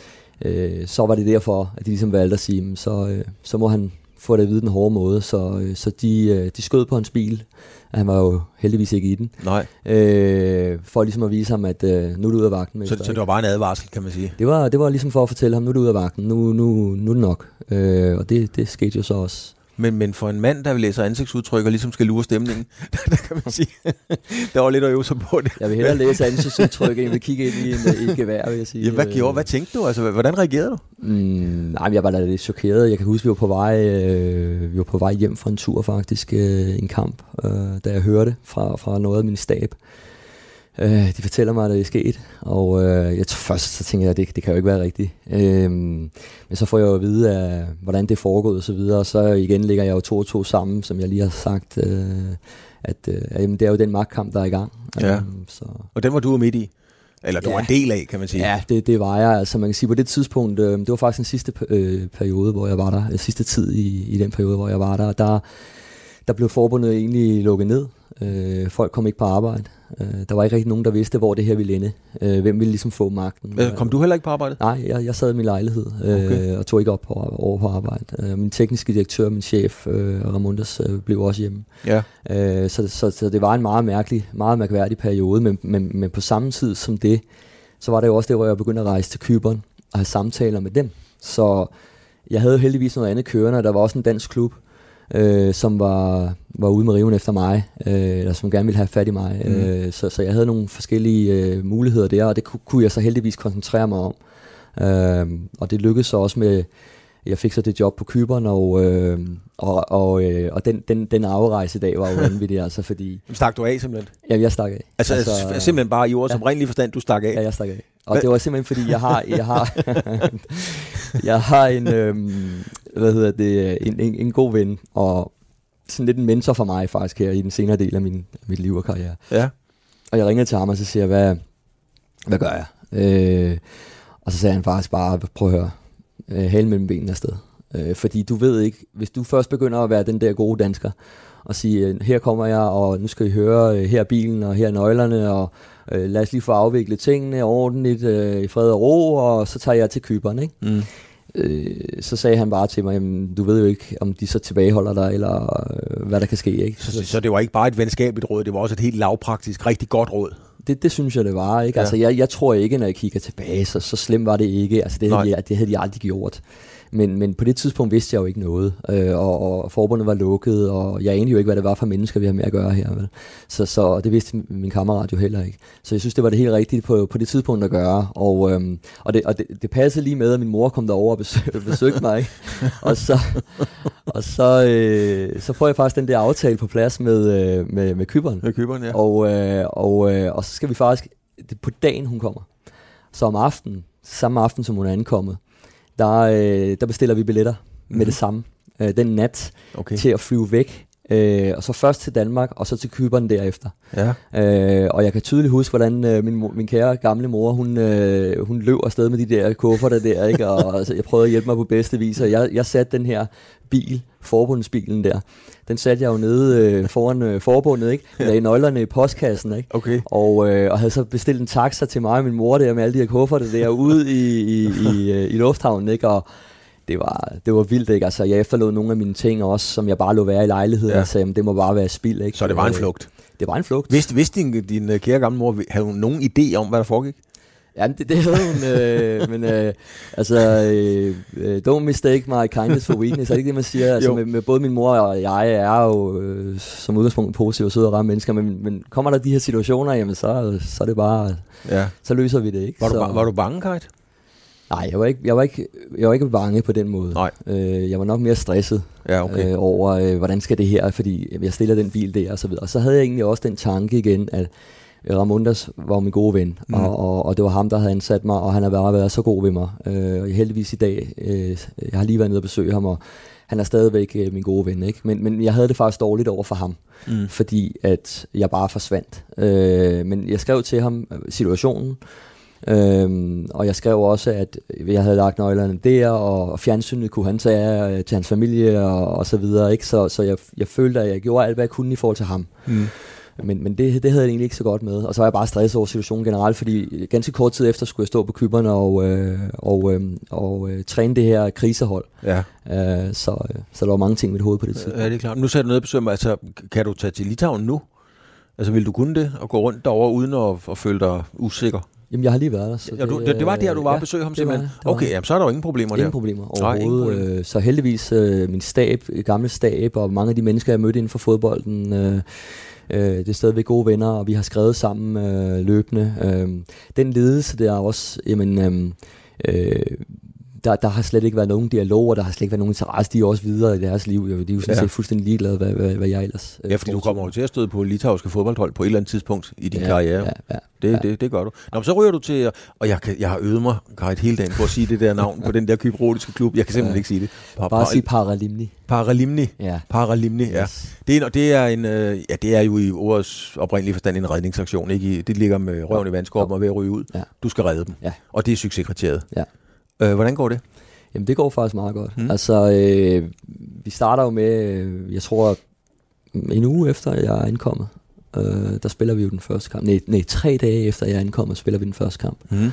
øh, så var det derfor, at de ligesom valgte at sige, så, øh, så må han få det at vide den hårde måde. Så, øh, så de, øh, de skød på hans bil. Han var jo heldigvis ikke i den. Nej. Øh, for ligesom at vise ham, at øh, nu er du ude af vagten. Så, så det var bare en advarsel, kan man sige? Det var, det var ligesom for at fortælle ham, nu er du ude af vagten. Nu, nu, nu er det nok. Øh, og det, det skete jo så også. Men, men for en mand, der vil læse ansigtsudtryk og ligesom skal lure stemningen, der, der kan man sige, der var lidt at øve sig på det. Jeg vil hellere læse ansigtsudtryk, end vil kigge ind i, en, i et gevær, vil jeg sige. Ja, hvad gjorde, hvad tænkte du? Altså, hvordan reagerede du? Mm, nej, jeg var da lidt chokeret. Jeg kan huske, vi var på vej, øh, vi var på vej hjem fra en tur faktisk, øh, en kamp, øh, da jeg hørte fra, fra noget af min stab. Øh, de fortæller mig, at det er sket, og øh, jeg først så tænker jeg, at det, det kan jo ikke være rigtigt. Øh, men så får jeg jo at vide, af, hvordan det er foregået og så videre, og så igen ligger jeg jo to og to sammen, som jeg lige har sagt, øh, at øh, jamen, det er jo den magtkamp, der er i gang. Ja. Øh, så. Og den var du midt i? Eller du ja. var en del af, kan man sige? Ja, det, det var jeg. Altså man kan sige, på det tidspunkt, øh, det var faktisk den sidste øh, periode, hvor jeg var der, øh, sidste tid i, i den periode, hvor jeg var der, der, der blev forbundet egentlig lukket ned. Øh, folk kom ikke på arbejde. Øh, der var ikke rigtig nogen, der vidste, hvor det her ville ende. Øh, hvem ville ligesom få magten. Øh, kom du heller ikke på arbejde? Nej, jeg, jeg sad i min lejlighed øh, okay. og tog ikke op på, over på arbejde. Øh, min tekniske direktør, min chef, øh, Ramundas, øh, blev også hjemme. Ja. Øh, så, så, så det var en meget mærkelig, meget mærkværdig periode, men, men, men på samme tid som det, så var det jo også det, hvor jeg begyndte at rejse til Cypern og have samtaler med dem. Så jeg havde heldigvis noget andet kørende, der var også en dansk klub, øh, som var, var ude med riven efter mig, øh, eller som gerne ville have fat i mig. Mm. Øh, så, så jeg havde nogle forskellige øh, muligheder der, og det kunne, kunne jeg så heldigvis koncentrere mig om. Øh, og det lykkedes så også med, jeg fik så det job på Cypern, og, øh, og, og, øh, og den, den, den afrejsedag var jo vanvittig, altså fordi... Stak du af simpelthen? Ja, jeg stak af. Altså, altså simpelthen bare i ord, ja. Som rent lige forstand, du stak af? Ja, jeg stak af. Og Hva? Det var simpelthen fordi, jeg har, jeg har, jeg har en, øhm, hvad hedder det, en, en, en god ven, og sådan lidt en mentor for mig faktisk her i den senere del af min, mit liv og karriere. Ja. Og jeg ringede til ham, og så siger jeg, hvad, hvad gør jeg? Øh, og så sagde han faktisk bare, prøv at høre, øh, halen mellem benene afsted. Øh, fordi du ved ikke, hvis du først begynder at være den der gode dansker, og sige, her kommer jeg, og nu skal I høre, her er bilen, og her er nøglerne, og øh, lad os lige få afviklet tingene ordentligt, øh, i fred og ro, og så tager jeg til Cypern, ikke? Mm. Øh, så sagde han bare til mig, jamen, du ved jo ikke, om de så tilbageholder dig, eller øh, hvad der kan ske, ikke? Så, så, så det var ikke bare et venskabeligt råd, det var også et helt lavpraktisk, rigtig godt råd? Det, det synes jeg, det var, ikke? Ja. Altså, jeg, jeg tror ikke, når jeg kigger tilbage, så, så slemt var det ikke. Altså, det havde, de, det havde de aldrig gjort. Men, men på det tidspunkt vidste jeg jo ikke noget, øh, og, og forbundet var lukket, og jeg anede jo ikke, hvad det var for mennesker, vi har med at gøre her. Vel? Så, så det vidste min kammerat jo heller ikke. Så jeg synes, det var det helt rigtige på, på det tidspunkt at gøre. Og, øhm, og, det, og det, det passede lige med, at min mor kom derover og besøg, besøgte mig. Ikke? Og så, og så, øh, så får jeg faktisk den der aftale på plads med, øh, med, med Cypern. Med Cypern, ja. Og, øh, og, øh, og så skal vi faktisk, det på dagen hun kommer, så om aftenen, samme aften som hun er ankommet, Der, øh, der bestiller vi billetter mm-hmm. med det samme, øh, den nat, okay. til at flyve væk, øh, og så først til Danmark, og så til Cypern derefter. Ja. Øh, og jeg kan tydeligt huske, hvordan øh, min, min kære gamle mor, hun, øh, hun løb afsted med de der kufferter der, ikke? Og altså, jeg prøvede at hjælpe mig på bedste vis, og jeg, jeg satte den her bil, forbundsbilen der, den satte jeg jo nede øh, foran øh, forbundet, ikke? Jeg lagde nøglerne i postkassen, ikke? Okay. Og, øh, og havde så bestilt en taxa til mig og min mor der med alle de her kufferter der ude i, i, i, øh, i lufthavnen, ikke? Og det var, det var vildt, ikke? Altså, jeg efterlod nogle af mine ting også, som jeg bare lå være i lejligheden, ja. Og sagde, det må bare være spild, ikke? Så det var en flugt? Det var en flugt. Vidste, vidste din, din kære gamle mor, havde hun nogen idé om, hvad der foregik? Ja, det, det havde hun, øh, men øh, altså, øh, don't mistake my kindness for weakness, er det ikke det, man siger? Altså, med, med både min mor og jeg er jo øh, som udgangspunkt positive og søde og ramme mennesker, men, men kommer der de her situationer, jamen så, så er det bare, ja. Så løser vi det, ikke? Var du, så, var du bange, Kajt? Nej, jeg var ikke, jeg var ikke, jeg var ikke bange på den måde. Nej. Øh, jeg var nok mere stresset ja, okay. øh, over, øh, hvordan skal det her, fordi jeg stiller den bil der og så videre. Og så havde jeg egentlig også den tanke igen, at Ramundas var min gode ven, mm. og, og, og det var ham, der havde ansat mig, og han har været, været så god ved mig. Øh, og heldigvis i dag, øh, jeg har lige været nede og besøge ham, og han er stadigvæk øh, min gode ven, ikke? Men, men jeg havde det faktisk dårligt over for ham, mm. fordi at jeg bare forsvandt. Øh, men jeg skrev til ham situationen, Øhm, og jeg skrev også, at jeg havde lagt nøglerne der, og fjernsynet kunne han tage øh, til hans familie og, og så videre, ikke? Så, så jeg, jeg følte, at jeg gjorde alt, hvad jeg kunne i forhold til ham. Mm. Men, men det, det havde jeg egentlig ikke så godt med. Og så var jeg bare stresset over situationen generelt, fordi ganske kort tid efter skulle jeg stå på Cypern og, øh, og, øh, og øh, træne det her krisehold. Ja. Øh, så, øh, så der var mange ting i mit hoved på det tidspunkt. Ja, det er klart. Nu sagde du noget besøg mig, altså kan du tage til Litauen nu? Altså vil du kunne det, og gå rundt derover uden at, at føle dig usikker? Jamen, jeg har lige været der. Så ja, du, det, det var der, du var ja, at besøge ham simpelthen? Det var, det okay, jamen, så er der jo ingen problemer ingen der. Problemer overhovedet. Nej, ingen problemer. Så heldigvis øh, min stab, gamle stab, og mange af de mennesker, jeg mødte inden for fodbolden, øh, øh, det er stadigvæk gode venner, og vi har skrevet sammen øh, løbende. Øh, den ledelse der også, jamen... Øh, øh, Der, der har slet ikke været nogen dialog, og der har slet ikke været nogen interesse. De er også videre i deres liv. De er jo sådan ja. set fuldstændig ligeglade, hvad, hvad, hvad jeg ellers... Ja, fordi du kommer jo til at støde på litauiske fodboldhold på et eller andet tidspunkt i din ja, karriere. Ja, ja, det, ja. Det, det gør du. Nå, så ryger du til... Og jeg, kan, jeg har øvet mig, Kajt, hele dagen på at sige det der navn på den der kyprotiske klub. Jeg kan simpelthen ja. ikke sige det. Par, Bare par, sige Paralimni. Paralimni. Ja. Paralimni, ja. Yes. Det, er, det, er en, ja, det er jo i ordets oprindelige forstand en redningsaktion. Ikke? Det ligger med røven i vandskorpen og ved at ryge ud. Ja. Du skal redde dem. Ja. Og det er succeskriteriet. Ja. Øh, hvordan går det? Jamen, det går faktisk meget godt. Hmm. Altså, øh, vi starter jo med, øh, jeg tror, en uge efter jeg er ankommet, øh, der spiller vi jo den første kamp. Nej, nej, tre dage efter jeg er ankommet, spiller vi den første kamp. Hmm.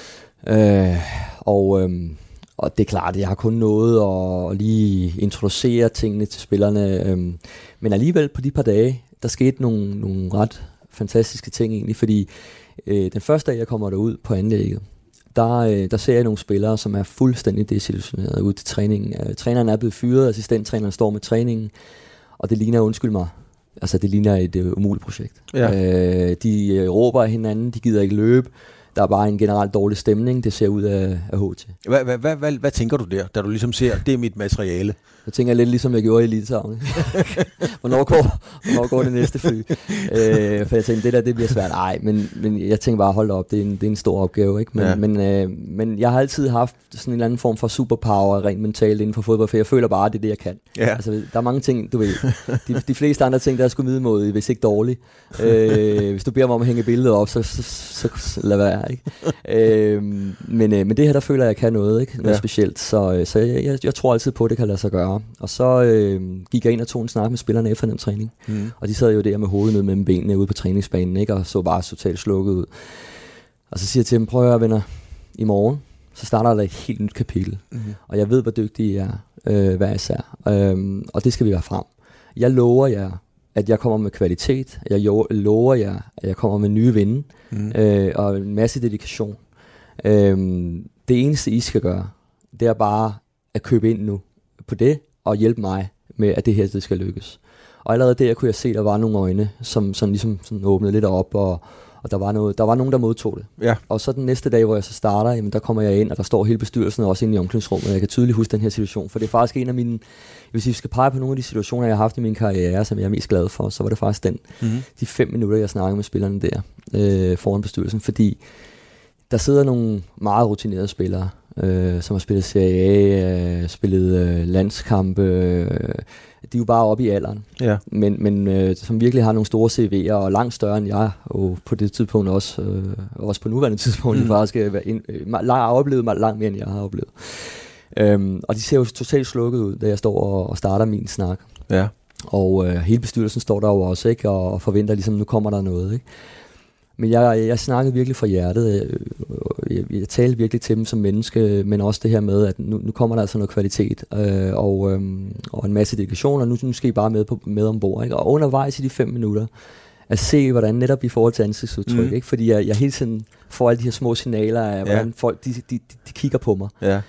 Øh, og, øh, og det er klart, jeg har kun nået at, at lige introducere tingene til spillerne. Øh, men alligevel på de par dage, der skete nogle, nogle ret fantastiske ting egentlig, fordi øh, den første dag, jeg kommer derud på anlægget, der, øh, der ser jeg nogle spillere, som er fuldstændig desillusionerede ud til træningen. Øh, træneren er blevet fyret, assistenttræneren står med træningen, og det ligner, undskyld mig, altså det ligner et uh, umuligt projekt. Ja. Øh, de uh, råber af hinanden, de gider ikke løbe. Der er bare en generelt dårlig stemning, det ser ud af, af H T. Hvad, hvad, hvad, hvad, hvad tænker du der, da du ligesom ser, det er mit materiale? Jeg tænker lidt ligesom jeg gjorde i Litauen. hvornår, går, hvornår går det næste fly? øh, for jeg tænkte, det der det bliver svært. Nej, men, men jeg tænkte bare, hold op, det er en, det er en stor opgave. Ikke? Men, ja. men, øh, men jeg har altid haft sådan en eller anden form for superpower rent mentalt inden for fodbold, for jeg føler bare, at det er det, jeg kan. Ja. Altså, der er mange ting, du ved. De, de fleste andre ting, der er sgu middelmådige, hvis ikke dårligt. Øh, hvis du beder mig om at hænge billedet op, så, så, så, så lad være. Ikke? øh, men, øh, men det her, der føler jeg, jeg kan noget, ikke? Noget ja. specielt. Så, så jeg, jeg, jeg tror altid på, at det kan lade sig gøre. Og så øh, gik jeg ind og tog en snak med spillerne efter den træning. Mm. Og de sad jo der med hovedet ned mellem benene ude på træningsbanen, ikke? Og så bare totalt slukket ud. Og så siger jeg til dem, prøv at høre, venner, i morgen, så starter der et helt nyt kapitel. Mm. Og jeg ved, hvor dygtige I er, øh, hver især. Øh, og det skal vi være frem. Jeg lover jer, at jeg kommer med kvalitet. Jeg lover jer, at jeg kommer med nye vinde. Mm. Øh, og en masse dedikation. Øh, det eneste, I skal gøre, det er bare at købe ind nu på det, og hjælpe mig med, at det her det skal lykkes. Og allerede der kunne jeg se, at der var nogle øjne, som sådan ligesom sådan åbnede lidt op, og, og der, var noget, der var nogen, der modtog det. Ja. Og så den næste dag, hvor jeg så starter, jamen, der kommer jeg ind, og der står hele bestyrelsen også inde i omklædningsrummet, og jeg kan tydeligt huske den her situation, for det er faktisk en af mine, hvis vi skal pege på nogle af de situationer, jeg har haft i min karriere, som jeg er mest glad for, så var det faktisk den, mm-hmm. de fem minutter, jeg snakkede med spillerne der, øh, foran bestyrelsen, fordi der sidder nogle meget rutinerede spillere, Øh, som har spillet Serie A, øh, spillet øh, landskampe. Øh, de er jo bare oppe i alderen. Ja. Men, men øh, som virkelig har nogle store C V'er, og langt større end jeg, og på det tidspunkt også, øh, også på nuværende tidspunkt, mm. faktisk øh, ind, øh, har oplevet mig langt mere, end jeg har oplevet. Øhm, og de ser jo totalt slukket ud, da jeg står og, og starter min snak. Ja. Og øh, hele bestyrelsen står der jo også, ikke, og, og forventer ligesom, nu kommer der noget, ikke? Men jeg, jeg snakkede virkelig fra hjertet. Jeg, jeg, jeg talte virkelig til dem som menneske, men også det her med, at nu, nu kommer der altså noget kvalitet øh, og, øh, og en masse dedikation, og nu, nu skal I bare med, på, med ombord. Ikke? Og undervejs i de fem minutter, at se, hvordan netop i forhold til ansigtsudtryk, mm. ikke? Fordi jeg, jeg hele tiden får alle de her små signaler af, hvordan ja. folk de, de, de, de kigger på mig. Ja.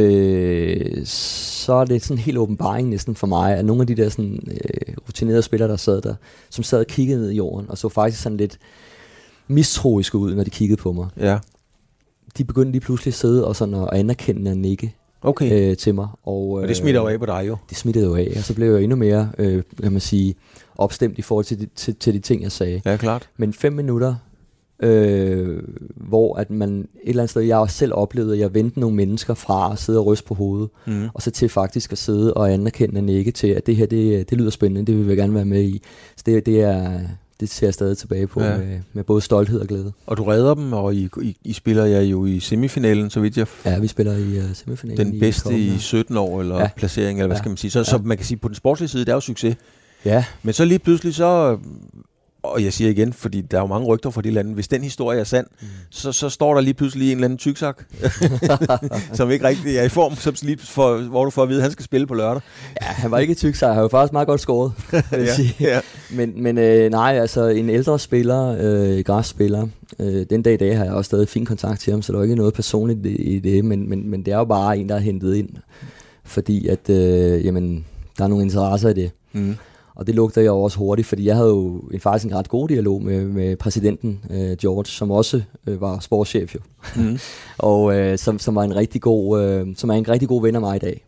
Øh, så er det sådan en helt åbenbaring næsten for mig, at nogle af de der sådan, øh, rutinerede spillere, der sad der, som sad og kiggede ned i jorden, og så faktisk sådan lidt mistroiske ud, når de kiggede på mig. Ja. De begyndte lige pludselig at sidde og, sådan at anerkende og nikke okay. øh, til mig. Og, og det smitter jo af på dig jo. Det smittede jo af, og så blev jeg endnu mere, øh, kan man sige, opstemt i forhold til de, til, til de ting, jeg sagde. Ja, klart. Men fem minutter, øh, hvor at man et eller andet sted, jeg også selv oplevede, at jeg vendte nogle mennesker fra at sidde og ryste på hovedet, mm. og så til faktisk at sidde og anerkende og nikke til, at det her, det, det lyder spændende, det vil jeg gerne være med i. Så det, det er... Det ser jeg stadig tilbage på ja. med, med både stolthed og glæde. Og du redder dem, og I, I, I spiller jeg jo i semifinalen, så vidt jeg... Ja, vi spiller i uh, semifinalen. Den bedste i, i sytten år, eller ja. placering, eller hvad ja. skal man sige. Så, ja. så man kan sige, på den sportslige side, det er jo succes. Ja. Men så lige pludselig så... Og jeg siger igen, fordi der er jo mange rygter fra de lande. Hvis den historie er sand, mm. så, så står der lige pludselig en eller anden tyksak, som ikke rigtig er i form, som lige for, hvor du får at vide, at han skal spille på lørdag. Ja, han var ikke tyksak. Han var faktisk meget godt skåret, vil jeg ja, sige. Ja. Men, men øh, nej, altså en ældre spiller, øh, græsspiller, øh, den dag i dag har jeg også stadig fin kontakt til ham, så der er ikke noget personligt i det, men, men, men det er jo bare en, der er hentet ind, fordi at, øh, jamen, der er nogle interesser i det. Mm. Og det lugter jeg også hurtigt, fordi jeg havde jo en, faktisk en ret god dialog med, med præsidenten, øh, George, som også øh, var sportschef jo. Mm. og øh, som, som, var en rigtig god, øh, som er en rigtig god ven af mig i dag.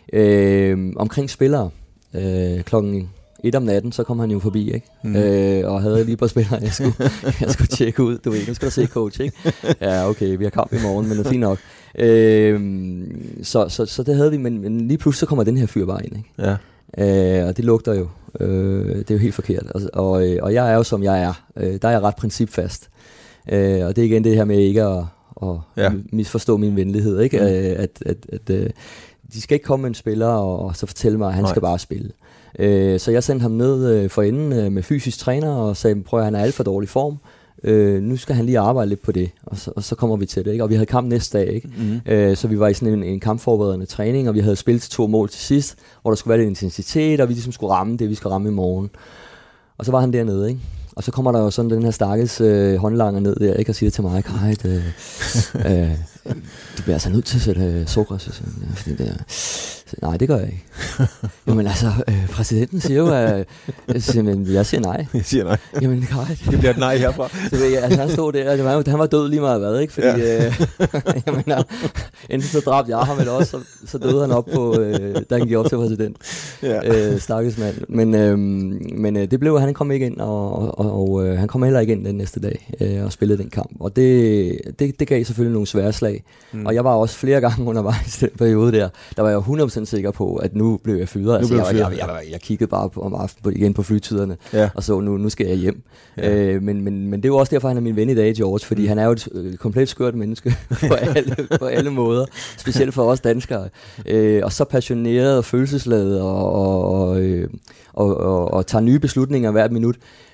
Øh, omkring spillere, øh, klokken et om natten, så kom han jo forbi, ikke? Mm. Øh, og havde lige på spillere, jeg skulle, jeg skulle tjekke ud. Du ved, nu skal du se coach, ikke? Ja, okay, vi har kamp i morgen, men det er fint nok. Øh, så, så, så det havde vi, men, men lige pludselig så kommer den her fyr bare ind, ikke? Ja. Øh, og det lugter jo. Øh, det er jo helt forkert. Og, og, og jeg er jo som jeg er. Øh, der er jeg ret principfast. Øh, og det er igen det her med ikke at, at ja. misforstå min venlighed, ikke? Mm. Øh, at, at, at, at de skal ikke komme med en spiller og, og så fortælle mig, at han Nej. skal bare spille. Øh, så jeg sendte ham ned øh, for enden øh, med fysisk træner og sagde, prøv at han er alt for dårlig form. Øh, nu skal han lige arbejde lidt på det, og så, og så kommer vi til det, ikke? Og vi havde kamp næste dag, ikke? Mm. Øh, så vi var i sådan en, en kampforberedende træning, og vi havde spillet til to mål til sidst, hvor der skulle være lidt intensitet, og vi ligesom skulle ramme det, vi skal ramme i morgen. Og så var han dernede, ikke? Og så kommer der jo sådan den her stakkels øh, håndlanger ned der, ikke? Og siger til mig, Kajt, øh, øh, du bliver altså nødt til at sætte sukker, så sådan, ja, fordi det er, så, nej, det gør jeg ikke. Jamen altså, øh, præsidenten siger jo, at øh, jeg siger nej. Jeg siger nej. Jamen, nej. Det bliver et nej herfra. Så jeg, altså, han stod der, og han var død lige meget hvad, ikke? Fordi, ja. øh, jamen, enten så dræbte jeg ham, eller også, så, så døde han op på, øh, da han gik op til præsident. Ja. Øh, stakkels mand. Men, øh, men øh, det blev, han kom ikke ind, og, og, og, og øh, han kom heller ikke ind den næste dag, øh, og spillede den kamp. Og det, det, det gav selvfølgelig nogle svære slag. Mm. Og jeg var også flere gange undervejs i den periode der, der var jeg hundrede procent sikker på, at nu blev jeg fyret. Altså, jeg, jeg, jeg, jeg, jeg kiggede bare på, om aftenen igen på flytiderne, ja. og så nu, nu skal jeg hjem. Ja. Øh, men, men, men det er jo også derfor, han er min ven i dag, George, fordi mm. han er jo et øh, komplet skørt menneske på, alle, på alle måder, specielt for os danskere. Øh, og så passioneret og følelsesladet og, og, og, øh, og, og, og tager nye beslutninger hvert minut.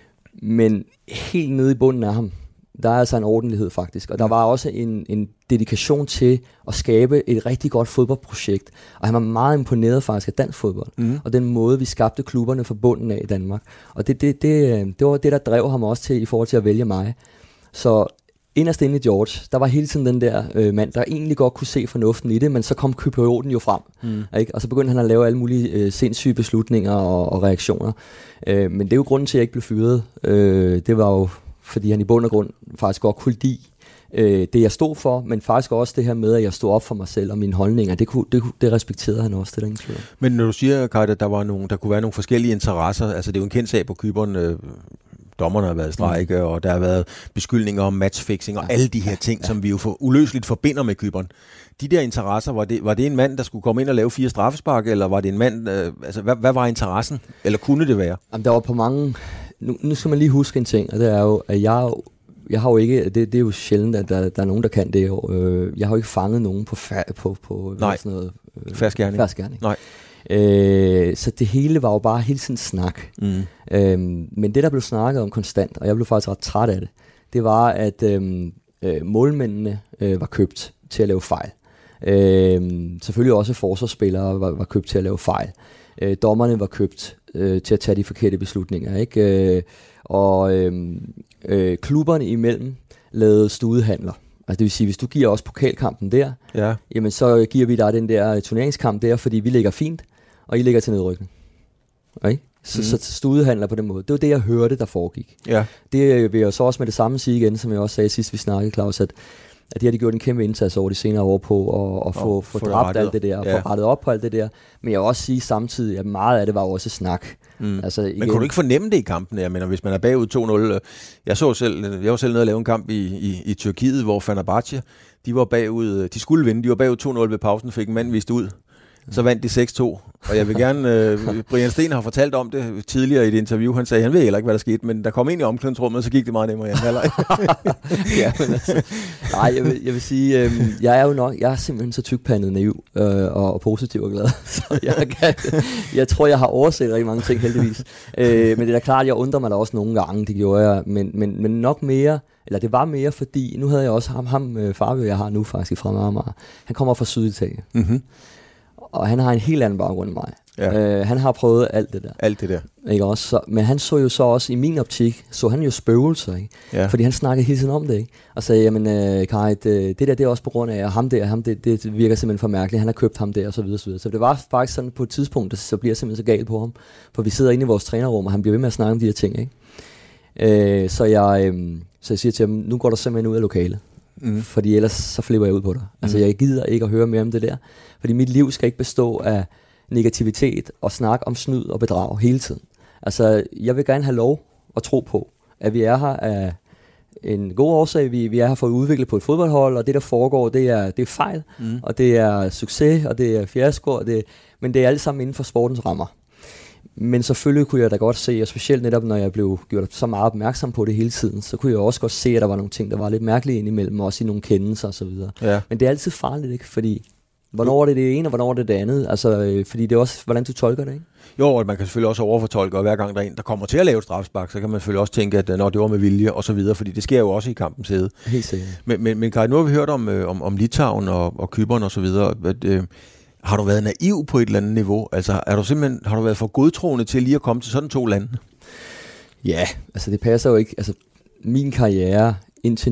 Men helt nede i bunden af ham, der er altså en ordentlighed faktisk, og der var også en, en dedikation til at skabe et rigtig godt fodboldprojekt, og han var meget imponeret faktisk af dansk fodbold, mm. og den måde vi skabte klubberne fra bunden af i Danmark, og det, det, det, det var det, der drev ham også til i forhold til at vælge mig. Så inderst inde i George, der var hele tiden den der øh, mand, der egentlig godt kunne se fornuften i det, men så kom kyprioten jo frem, mm. ikke? Og så begyndte han at lave alle mulige øh, sindssyge beslutninger og, og reaktioner, øh, men det er jo grunden til, at jeg ikke blev fyret. Øh, det var jo fordi han i bund og grund faktisk godt kunne lide øh, det, jeg stod for, men faktisk også det her med, at jeg stod op for mig selv og mine holdninger. Det, kunne, det, det respekterede han også, det der ingen tvivl. Men når du siger, Kaj, at der, var nogle, der kunne være nogle forskellige interesser, altså det er jo en kendt sag på Cypern, øh, dommerne har været i strejke, mm. og der har været beskyldninger om matchfixing og ja. alle de her ting, ja. som vi jo for, uløseligt forbinder med Cypern. De der interesser, var det, var det en mand, der skulle komme ind og lave fire straffespark, eller var det en mand, øh, altså hvad, hvad var interessen, eller kunne det være? Jamen, der var på mange... Nu, nu skal man lige huske en ting, og det er jo, at jeg, jeg har jo ikke, det, det er jo sjældent, at der, der er nogen, der kan det. Øh, jeg har jo ikke fanget nogen på, fa, på, på Nej. sådan noget. Øh, Færsk gerning. Færsk gerning. Nej. Øh, så det hele var jo bare hele tiden snak. Mm. Øh, men det, der blev snakket om konstant, og jeg blev faktisk ret træt af det, det var, at øh, øh, målmændene øh, var købt til at lave fejl. Øh, selvfølgelig også forsvarsspillere var, var købt til at lave fejl. Øh, dommerne var købt øh, til at tage de forkerte beslutninger, ikke? Øh, og øh, øh, klubberne imellem lavede studehandler. Altså det vil sige, hvis du giver os pokalkampen der, ja. jamen så giver vi dig den der turneringskamp der, fordi vi ligger fint, og I ligger til nedrykning. Okay? Så, mm. så studehandler på den måde. Det var det, jeg hørte, der foregik. Ja. Det vil jeg så også med det samme sige igen, som jeg også sagde sidst, vi snakkede, Claus, at at de har de gjort en kæmpe indsats over de senere år på at, at få, få dræbt alt det der, og ja. få rettet op på alt det der. Men jeg vil også sige samtidig, at meget af det var også snak. Mm. Altså, igen. Men kunne du ikke fornemme det i kampen? Jeg mener, hvis man er bagud to nul. Jeg så selv, jeg var selv nede og lave en kamp i, i, i Tyrkiet, hvor Fenerbahce, de var bagud, de skulle vinde, de var bagud to nul ved pausen, fik en mand vist ud. Så vandt de seks to, og jeg vil gerne, øh, Brian Sten har fortalt om det tidligere i et interview, han sagde, han ved heller ikke, hvad der skete, men der kom ind i omklædningsrummet, og så gik det meget nemmere i anden halvleg. Ja, men altså, nej, jeg vil, jeg vil sige, øh, jeg er jo nok, jeg er simpelthen så tykpandet naiv, øh, og, og positiv og glad, så jeg, kan, jeg tror, jeg har overset rigtig mange ting heldigvis, øh, men det er da klart, jeg undrer mig da også nogle gange, det gjorde jeg, men, men, men nok mere, eller det var mere, fordi nu havde jeg også ham, ham øh, Fabio, jeg har nu faktisk i Fremad Amager, han kommer fra Syditalien. Mhm. Og han har en helt anden baggrund end mig. Ja. Øh, han har prøvet alt det der. Alt det der. Ikke også? Så, men han så jo så også, i min optik, så han jo spøgelser, ikke? Ja. Fordi han snakkede hele tiden om det, ikke? Og sagde, jamen øh, Kaj, det, det der, det er også på grund af, at ham der, ham det, det virker simpelthen for mærkeligt, han har købt ham der, og så videre, så videre. Så det var faktisk sådan på et tidspunkt, så bliver jeg simpelthen så galt på ham. For vi sidder inde i vores trænerrum, og han bliver ved med at snakke om de her ting, ikke? Øh, så, jeg, øh, så jeg siger til ham, nu går der simpelthen ud af lokalet. Mm. Fordi ellers så flipper jeg ud på dig. Altså jeg gider ikke at høre mere om det der. Fordi mit liv skal ikke bestå af negativitet og snak om snyd og bedrag hele tiden. Altså jeg vil gerne have lov at tro på, at vi er her af en god årsag. Vi, vi er her for at udvikle på et fodboldhold, og det der foregår, det er, det er fejl, mm. og det er succes, og det er fiasko, og det, men det er alt sammen inden for sportens rammer. Men selvfølgelig kunne jeg da godt se, og specielt netop når jeg blev gjort så meget opmærksom på det hele tiden, så kunne jeg også godt se, at der var nogle ting, der var lidt mærkelige indimellem, også i nogle kendelser og så videre. Ja. Men det er altid farligt, ikke? Fordi hvornår er det det ene, og hvornår er det det andet? Altså, øh, fordi det er også, hvordan du tolker det, ikke? Jo, og man kan selvfølgelig også overfortolke, og hver gang der er en, der kommer til at lave et strafspark, så kan man selvfølgelig også tænke, at når det var med vilje, og så videre, fordi det sker jo også i kampens hede. Helt sikkert. Men, men, men Kaj, nu har vi hørt om, øh, om, om Litauen og, og Cypern og så videre. At, øh, har du været naiv på et eller andet niveau? Altså, er du simpelthen, har du været for godtroende til lige at komme til sådan to lande? Ja, altså det passer jo ikke. Altså, min karriere indtil nu,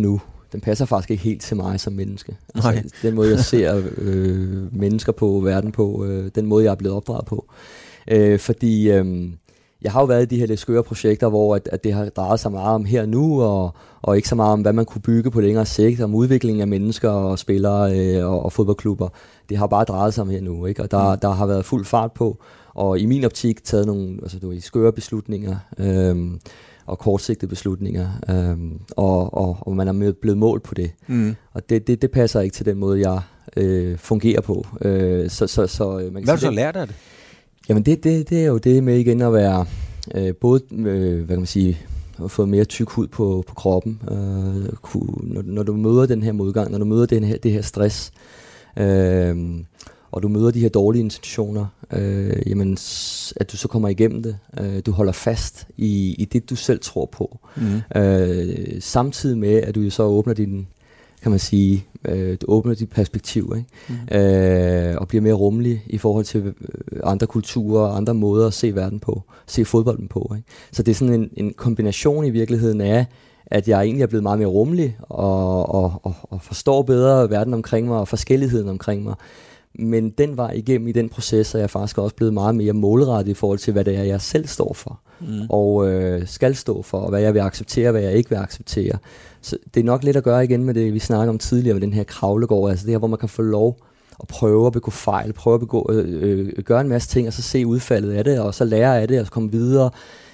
den passer faktisk ikke helt til mig som menneske. Altså, den måde, jeg ser øh, mennesker på, verden på, øh, den måde, jeg er blevet opdraget på. Øh, fordi øh, jeg har jo været i de her lidt skøre projekter, hvor at, at det har drejet sig meget om her og nu, og, og ikke så meget om, hvad man kunne bygge på længere sigt, om udvikling af mennesker og spillere øh, og, og fodboldklubber. Det har bare drejet sig om her nu, ikke? Og der, der har været fuld fart på, og i min optik taget nogle altså, du ved, skøre beslutninger, øh, og kortsigtede beslutninger, øhm, og, og, og man er blevet målt på det. Mm. Og det, det, det passer ikke til den måde, jeg øh, fungerer på. Øh, så, så, så, man kan Hvad har du så det, lært af det? Jamen det, det, det er jo det med igen at være, øh, både, øh, hvad kan man sige, at få mere tyk hud på, på kroppen. Øh, kunne, når, når du møder den her modgang, når du møder den her, det her stress, øh, og du møder de her dårlige intentioner, øh, jamen, at du så kommer igennem det. Øh, du holder fast i, i det, du selv tror på. Mm. Øh, samtidig med, at du så åbner din, kan man sige, øh, du åbner dit perspektiv, ikke? Mm. Øh, og bliver mere rummelig i forhold til andre kulturer og andre måder at se verden på, se fodbolden på, ikke? Så det er sådan en, en kombination i virkeligheden af, at jeg egentlig er blevet meget mere rummelig og, og, og, og forstår bedre verden omkring mig og forskelligheden omkring mig. Men den var igennem i den proces, og jeg er faktisk også blevet meget mere målrettet i forhold til, hvad det er, jeg selv står for. Mm. Og øh, skal stå for, og hvad jeg vil acceptere, og hvad jeg ikke vil acceptere. Så det er nok lidt at gøre igen med det, vi snakker om tidligere, med den her kravlegård. Altså det her, hvor man kan få lov at prøve at begå fejl, prøve at begå, øh, øh, gøre en masse ting, og så se udfaldet af det, og så lære af det, og så komme videre.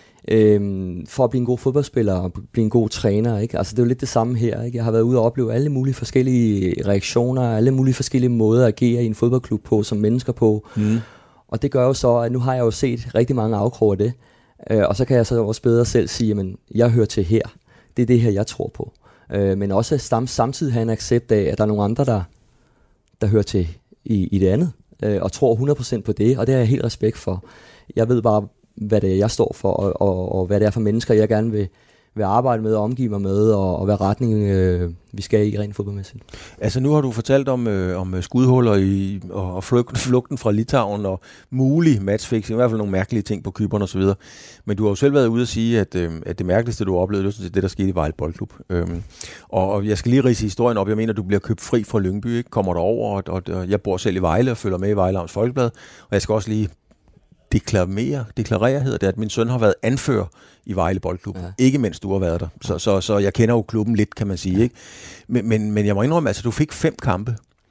Øhm, for at blive en god fodboldspiller og blive en god træner, ikke? Altså det er jo lidt det samme her, ikke? Jeg har været ude og opleve alle mulige forskellige reaktioner, alle mulige forskellige måder at agere i en fodboldklub på, som mennesker på. Mm. Og det gør jo så, at nu har jeg jo set rigtig mange afkroge af det, øh, og så kan jeg så også bedre selv sige, at jeg hører til her. Det er det her, jeg tror på. Øh, men også stam, samtidig have en accept af, at der er nogle andre, der, der hører til i, i det andet, øh, og tror hundrede procent på det, og det har jeg helt respekt for. Jeg ved bare, hvad det er, jeg står for, og, og, og hvad det er for mennesker, jeg gerne vil, vil arbejde med og omgive mig med, og, og hvad retning øh, vi skal i rent fodboldmæssigt. Altså nu har du fortalt om, øh, om skudhuller i, og, og flugten fra Litauen, og mulig matchfixing, i hvert fald nogle mærkelige ting på Cypern og så videre. Men du har jo selv været ude at sige, at, øh, at det mærkeligste, du har oplevet, det er det, der skete i Vejle Boldklub. Øhm, og, og jeg skal lige ridse historien op. Jeg mener, du bliver købt fri fra Lyngby, ikke? Kommer der over, og, og, og jeg bor selv i Vejle og følger med i Vejle Amts Folkeblad, og jeg skal også lige deklarere, deklarere hedder det, at min søn har været anfører i Vejle Boldklub. Ja. Ikke mens du har været der. Så, så, så jeg kender jo klubben lidt, kan man sige. Ikke? Men, men, men jeg må indrømme, at altså, du fik fem kampe.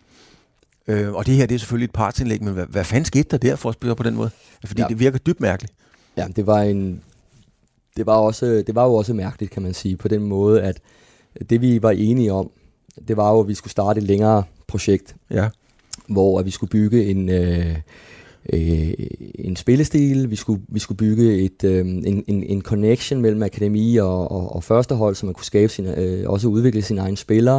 Øh, og det her, det er selvfølgelig et partsindlæg, men hvad, hvad fanden skete der der for at spørge på den måde? Fordi ja. Det virker dybt mærkeligt. Ja, det var en... Det var, også, det var jo også mærkeligt, kan man sige, på den måde, at det vi var enige om, det var jo, at vi skulle starte et længere projekt, ja. Hvor at vi skulle bygge en... Øh, Øh, en spillestil, vi skulle, vi skulle bygge et, øh, en, en, en connection mellem akademi og, og, og førstehold, så man kunne skabe sine, øh, også udvikle sine egne spillere,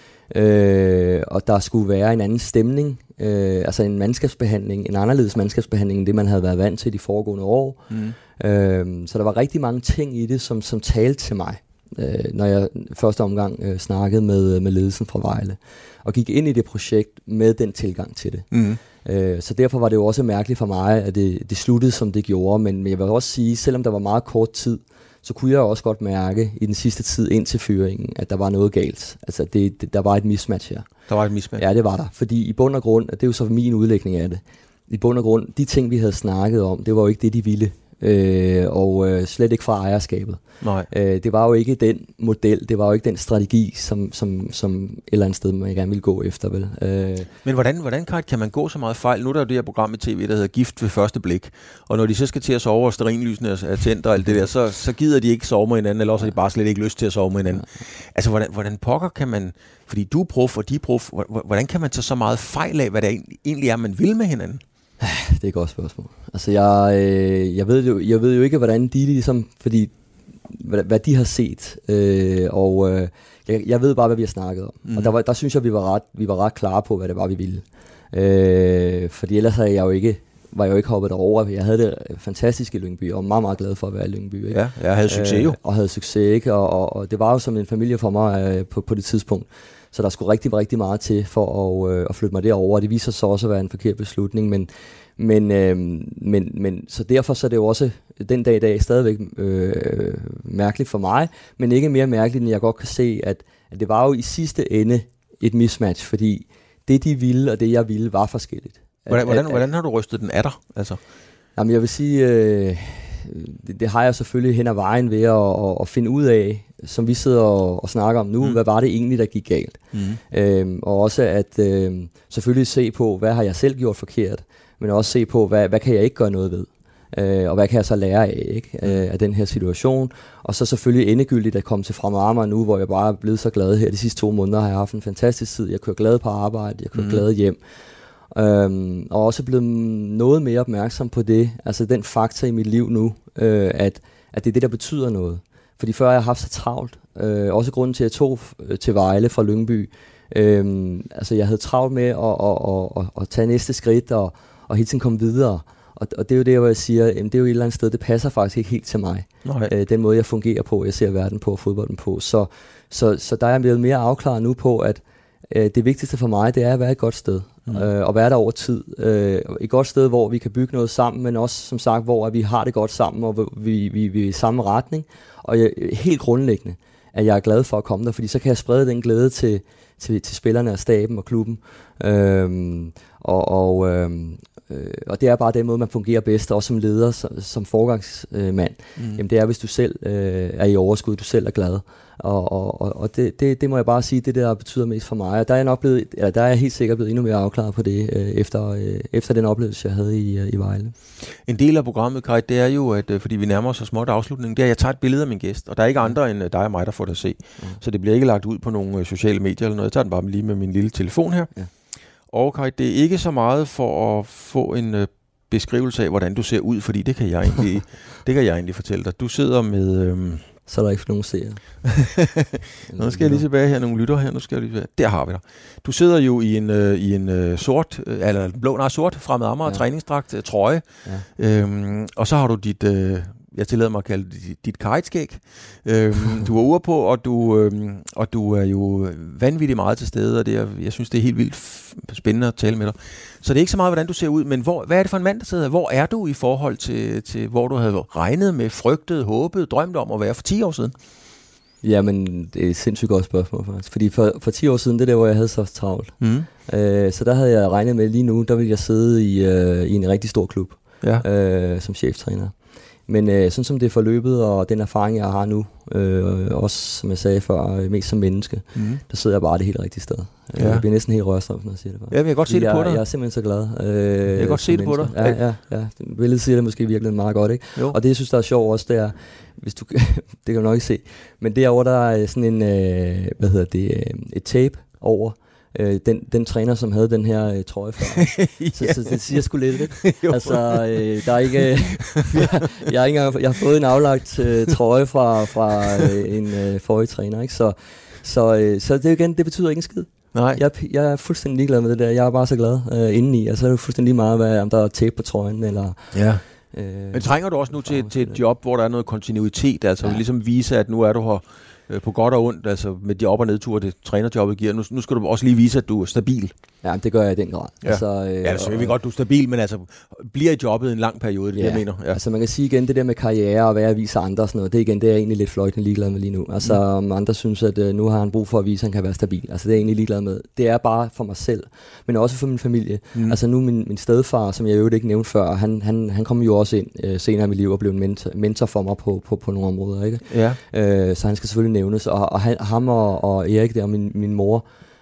øh, og der skulle være en anden stemning, øh, altså en mandskabsbehandling, en anderledes mandskabsbehandling end det, man havde været vant til de foregående år. Mm. Øh, så der var rigtig mange ting i det, som, som talte til mig, øh, når jeg første omgang øh, snakkede med, med ledelsen fra Vejle, og gik ind i det projekt med den tilgang til det. Mm. Så derfor var det jo også mærkeligt for mig, at det, det sluttede, som det gjorde. Men jeg vil også sige, selvom der var meget kort tid, så kunne jeg også godt mærke i den sidste tid ind til fyringen, at der var noget galt. Altså, det, det, der var et mismatch her. Der var et mismatch? Ja, det var der. Fordi i bund og grund, det er jo så min udlægning af det, i bund og grund, de ting, vi havde snakket om, det var jo ikke det, de ville. Øh, og øh, slet ikke fra ejerskabet. Nej. Øh, det var jo ikke den model, det var jo ikke den strategi, som, som, som et eller andet sted, man gerne ville gå efter. Vel? Øh. Men hvordan, hvordan kan man gå så meget fejl? Nu er der jo det her program i tv, der hedder Gift ved første blik, og når de så skal til at sove, og stearinlysene er tændt og alt det der, så, så gider de ikke sove med hinanden, eller også har de bare slet ikke lyst til at sove med hinanden. Ja. Altså, hvordan, hvordan pokker kan man, fordi du er prof, og de er prof, hvordan kan man tage så meget fejl af, hvad det egentlig er, man vil med hinanden? Det er et godt spørgsmål. Altså, jeg, øh, jeg, ved jo, jeg ved jo ikke, hvordan de ligesom, fordi, hvad, hvad de har set, øh, og øh, jeg, jeg ved bare, hvad vi har snakket om. Mm. Og der, var, der synes jeg, vi var, ret, vi var ret klare på, hvad det var, vi ville. Øh, fordi ellers havde jeg jo ikke, var jeg jo ikke hoppet derover. Jeg havde det fantastisk i Lyngby, og var meget, meget glad for at være i Lyngby. Ikke? Ja, jeg havde succes jo. Øh, og havde succes, ikke? Og, og, og det var jo som en familie for mig øh, på, på det tidspunkt. Så der skulle rigtig, rigtig meget til for at, øh, at flytte mig derover, og det viser sig også at være en forkert beslutning, men, men, øh, men, men så derfor så er det jo også den dag i dag stadigvæk øh, mærkeligt for mig, men ikke mere mærkeligt, end jeg godt kan se, at, at det var jo i sidste ende et mismatch, fordi det, de ville, og det, jeg ville, var forskelligt. Hvordan, at, hvordan, at, hvordan har du rystet den af dig? Altså? Jamen, jeg vil sige, øh, det, det har jeg selvfølgelig hen ad vejen ved at, at, at finde ud af, som vi sidder og, og snakker om nu, mm. hvad var det egentlig, der gik galt? Mm. Øhm, og også at øh, selvfølgelig se på, hvad har jeg selv gjort forkert, men også se på, hvad, hvad kan jeg ikke gøre noget ved? Øh, og hvad kan jeg så lære af, ikke? Øh, af den her situation? Og så selvfølgelig endegyldigt at komme til Fremad nu, hvor jeg bare er blevet så glad her. De sidste to måneder har jeg haft en fantastisk tid. Jeg kører glad på arbejde, jeg kører mm. glad hjem. Øhm, og også blevet noget mere opmærksom på det, altså den faktor i mit liv nu, øh, at, at det er det, der betyder noget. Fordi før jeg har haft så travlt, øh, også grunden til, at jeg tog til Vejle fra Lyngby, øh, altså jeg havde travlt med at, at, at, at, at tage næste skridt og, og hele tiden komme videre. Og, og det er jo det, hvor jeg siger, jamen, det er jo et eller andet sted, det passer faktisk ikke helt til mig. Øh, den måde, jeg fungerer på, jeg ser verden på, fodbolden på. Så, så, så der er jeg blevet mere afklaret nu på, at øh, det vigtigste for mig, det er at være et godt sted. Mm. Øh, og være der over tid. Øh, et godt sted, hvor vi kan bygge noget sammen, men også som sagt, hvor vi har det godt sammen, og vi, vi, vi er i samme retning. Og jeg, helt grundlæggende, at jeg er glad for at komme der, fordi så kan jeg sprede den glæde til, til, til spillerne og staben og klubben. Øhm, og, og, øhm, øh, og det er bare den måde, man fungerer bedst, også som leder, som, som forgangsmand. Mm. Jamen, det er, hvis du selv øh, er i overskud, du selv er glad. Og, og, og det, det, det må jeg bare sige, det der betyder mest for mig. Og der er jeg nok blevet, eller der er jeg helt sikkert blevet endnu mere afklaret på det, øh, efter, øh, efter den oplevelse, jeg havde i, øh, i Vejle. En del af programmet, Kai, det er jo, at øh, fordi vi nærmer os så småt afslutningen, det er, at jeg tager et billede af min gæst, og der er ikke andre end dig og mig, der får det at se. Mm. Så det bliver ikke lagt ud på nogle øh, sociale medier eller noget. Jeg tager den bare lige med min lille telefon her. Ja. Og Kai, det er ikke så meget for at få en øh, beskrivelse af, hvordan du ser ud, fordi det kan jeg egentlig, det kan jeg egentlig fortælle dig. Du sidder med... Øh, Så er der ikke nogen seere. Nu skal jeg lige tilbage her, nogle lytter her. Nu skal jeg lige tilbage. Der har vi dig. Du sidder jo i en, øh, i en øh, sort, øh, eller blå, nej, sort Fremad Amager ja. træningsdragt, øh, trøje. Ja. Øhm, og så har du dit, øh, jeg tillader mig at kalde det dit, dit kajtskæg. Øhm, du er ude på, og du, øh, og du er jo vanvittigt meget til stede, og det er, jeg synes, det er helt vildt f- spændende at tale med dig. Så det er ikke så meget, hvordan du ser ud, men hvor, hvad er det for en mand, der sidder her? Hvor er du i forhold til, til, hvor du havde regnet med, frygtet, håbet, drømt om at være for ti år siden? Jamen, det er et sindssygt godt spørgsmål faktisk. Fordi for, for ti år siden, det er der, hvor jeg havde så travlt. Mm. Øh, så der havde jeg regnet med lige nu, der ville jeg sidde i, øh, i en rigtig stor klub ja. øh, som cheftræner. Men øh, sådan som det er forløbet, og den erfaring, jeg har nu, øh, også som jeg sagde før, mest som menneske, mm. der sidder jeg bare det helt rigtige sted. Ja. Jeg bliver næsten helt rørstrømt, når jeg siger det bare. Ja, jeg kan godt se det jeg, på dig. Jeg er simpelthen så glad. Øh, jeg kan godt se det menneske. på dig. Ja, ja, ja. Billedet siger det måske virkelig meget godt, ikke? Jo. Og det, jeg synes, der er sjovt også, det er, hvis du, det kan du nok ikke se, men derovre, der er sådan en, øh, hvad hedder det, et tape over, Øh, den, den træner, som havde den her øh, trøje før. ja. så, så det siger sgu lidt, ikke? Altså, øh, der er ikke... Øh, jeg, jeg, har ikke engang, jeg har fået en aflagt øh, trøje fra, fra øh, en øh, forrige træner, ikke? Så, så, øh, så det igen, det betyder ikke en skid. Nej. Jeg, jeg er fuldstændig ligeglad med det der. Jeg er bare så glad øh, indeni. Altså, er det fuldstændig lige meget, hvad, om der er tape på trøjen, eller... Ja. Øh, Men trænger du også nu til, til et job, hvor der er noget kontinuitet? Altså, ja. ligesom vise, at nu er du her... på godt og ondt, altså med de op- og nedture, det trænerjobbet giver. Nu, nu skal du også lige vise, at du er stabil. Ja, det gør jeg i den grad. Ja, altså, øh, ja så er vi godt, du er stabil, men altså bliver i jobbet en lang periode, det ja. jeg mener. Ja. Altså man kan sige igen, det der med karriere og hvad jeg viser andre og sådan noget, det igen, det er jeg egentlig lidt fløjtende ligeglad med lige nu. Altså mm. om andre synes, at øh, nu har han brug for at vise, at han kan være stabil. Altså det er jeg egentlig ligeglad med. Det er bare for mig selv, men også for min familie. Mm. Altså nu min, min stedfar, som jeg jo ikke nævnte før, han, han, han kom jo også ind øh, senere i mit liv og blev en mentor, mentor for mig på, på, på nogle områder, ikke? Ja. Øh, så han skal selvfølgelig nævnes. Og, og han, ham og, og Erik der, og min, min mor,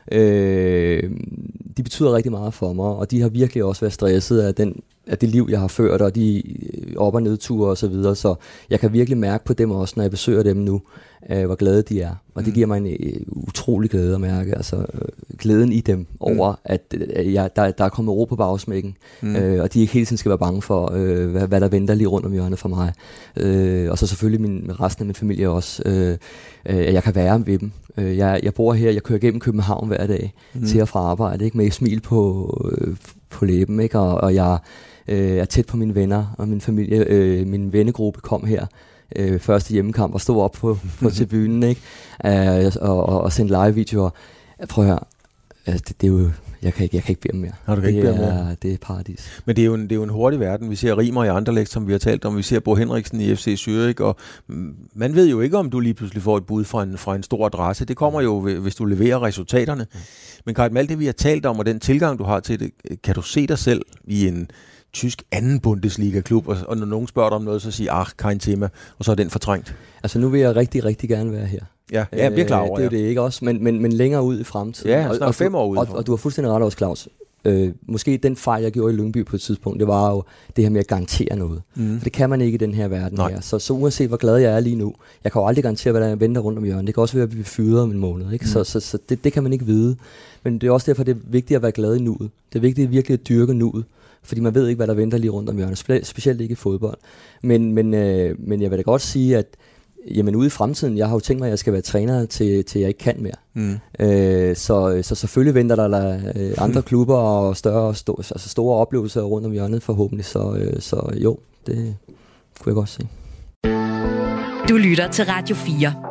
øh, de betyder rigtig meget for mig, og de har virkelig også været stresset af, den, af det liv, jeg har ført, og de op- og nedture og så videre, så jeg kan virkelig mærke på dem også, når jeg besøger dem nu, øh, hvor glade de er, og det giver mig en øh, utrolig glæde at mærke, altså øh, glæden i dem over, mm. at øh, jeg, der, der er kommet ro på bagsmækken, mm. øh, og de ikke hele tiden skal være bange for, øh, hvad, hvad der venter lige rundt om hjørnet for mig, øh, og så selvfølgelig min, resten af min familie også, øh, at jeg kan være ved dem. Jeg, jeg bor her, jeg kører gennem København hver dag mm. til og fra arbejde, ikke, med et smil på, øh, på læben, ikke, og, og jeg øh, er tæt på mine venner og min familie. Øh, min vennegruppe kom her øh, første hjemmekamp og stod op på, på tribunen, ikke, øh, og, og, og sendte live-videoer. Prøv at høre, altså, det, det er jo jeg kan ikke, jeg kan ikke bede om mere. Har du kan det, ikke bede om mere? Er, det er paradis. Men det er, jo en, det er jo en hurtig verden. Vi ser Rimer i Anderlecht, som vi har talt om. Vi ser Bo Henriksen i F C Zürich, og man ved jo ikke, om du lige pludselig får et bud fra en, fra en stor adresse. Det kommer jo, hvis du leverer resultaterne. Mm. Men Kajt, med alt det, vi har talt om, og den tilgang, du har til det, kan du se dig selv i en tysk anden Bundesliga-klub, og, og når nogen spørger dig om noget, så siger ach, kein tema, og så er den fortrængt. Altså nu vil jeg rigtig, rigtig gerne være her. Ja, ja jeg bliver klar over, øh, det er ja. det ikke også, men, men, men længere ud i fremtiden. Ja, snart fem år ud. Og, og, og du har fuldstændig ret også, Claus. Øh, måske den fejl, jeg gjorde i Lyngby på et tidspunkt, det var jo det her med at garantere noget. Mm. For det kan man ikke i den her verden her. Så, så uanset hvor glad jeg er lige nu, jeg kan jo aldrig garantere, hvad der venter rundt om hjørnet. Det kan også være, at vi bliver fyret om en måned. Ikke? Mm. Så, så, så det, det kan man ikke vide. Men det er også derfor, det er vigtigt at være glad i nuet. Det er vigtigt virkelig at dyrke nuet. Fordi man ved ikke, hvad der venter lige rundt om hjørnet. Spe- specielt ikke i fodbold. Men, men, øh, men jeg vil da godt sige, at jamen ude i fremtiden, jeg har jo tænkt mig, at jeg skal være træner, til, til jeg ikke kan mere. Mm. Øh, så, så selvfølgelig venter der, der øh, andre klubber og større, sto, altså store oplevelser rundt om hjørnet forhåbentlig. Så, øh, så jo, det kunne jeg godt se. Du lytter til Radio fire.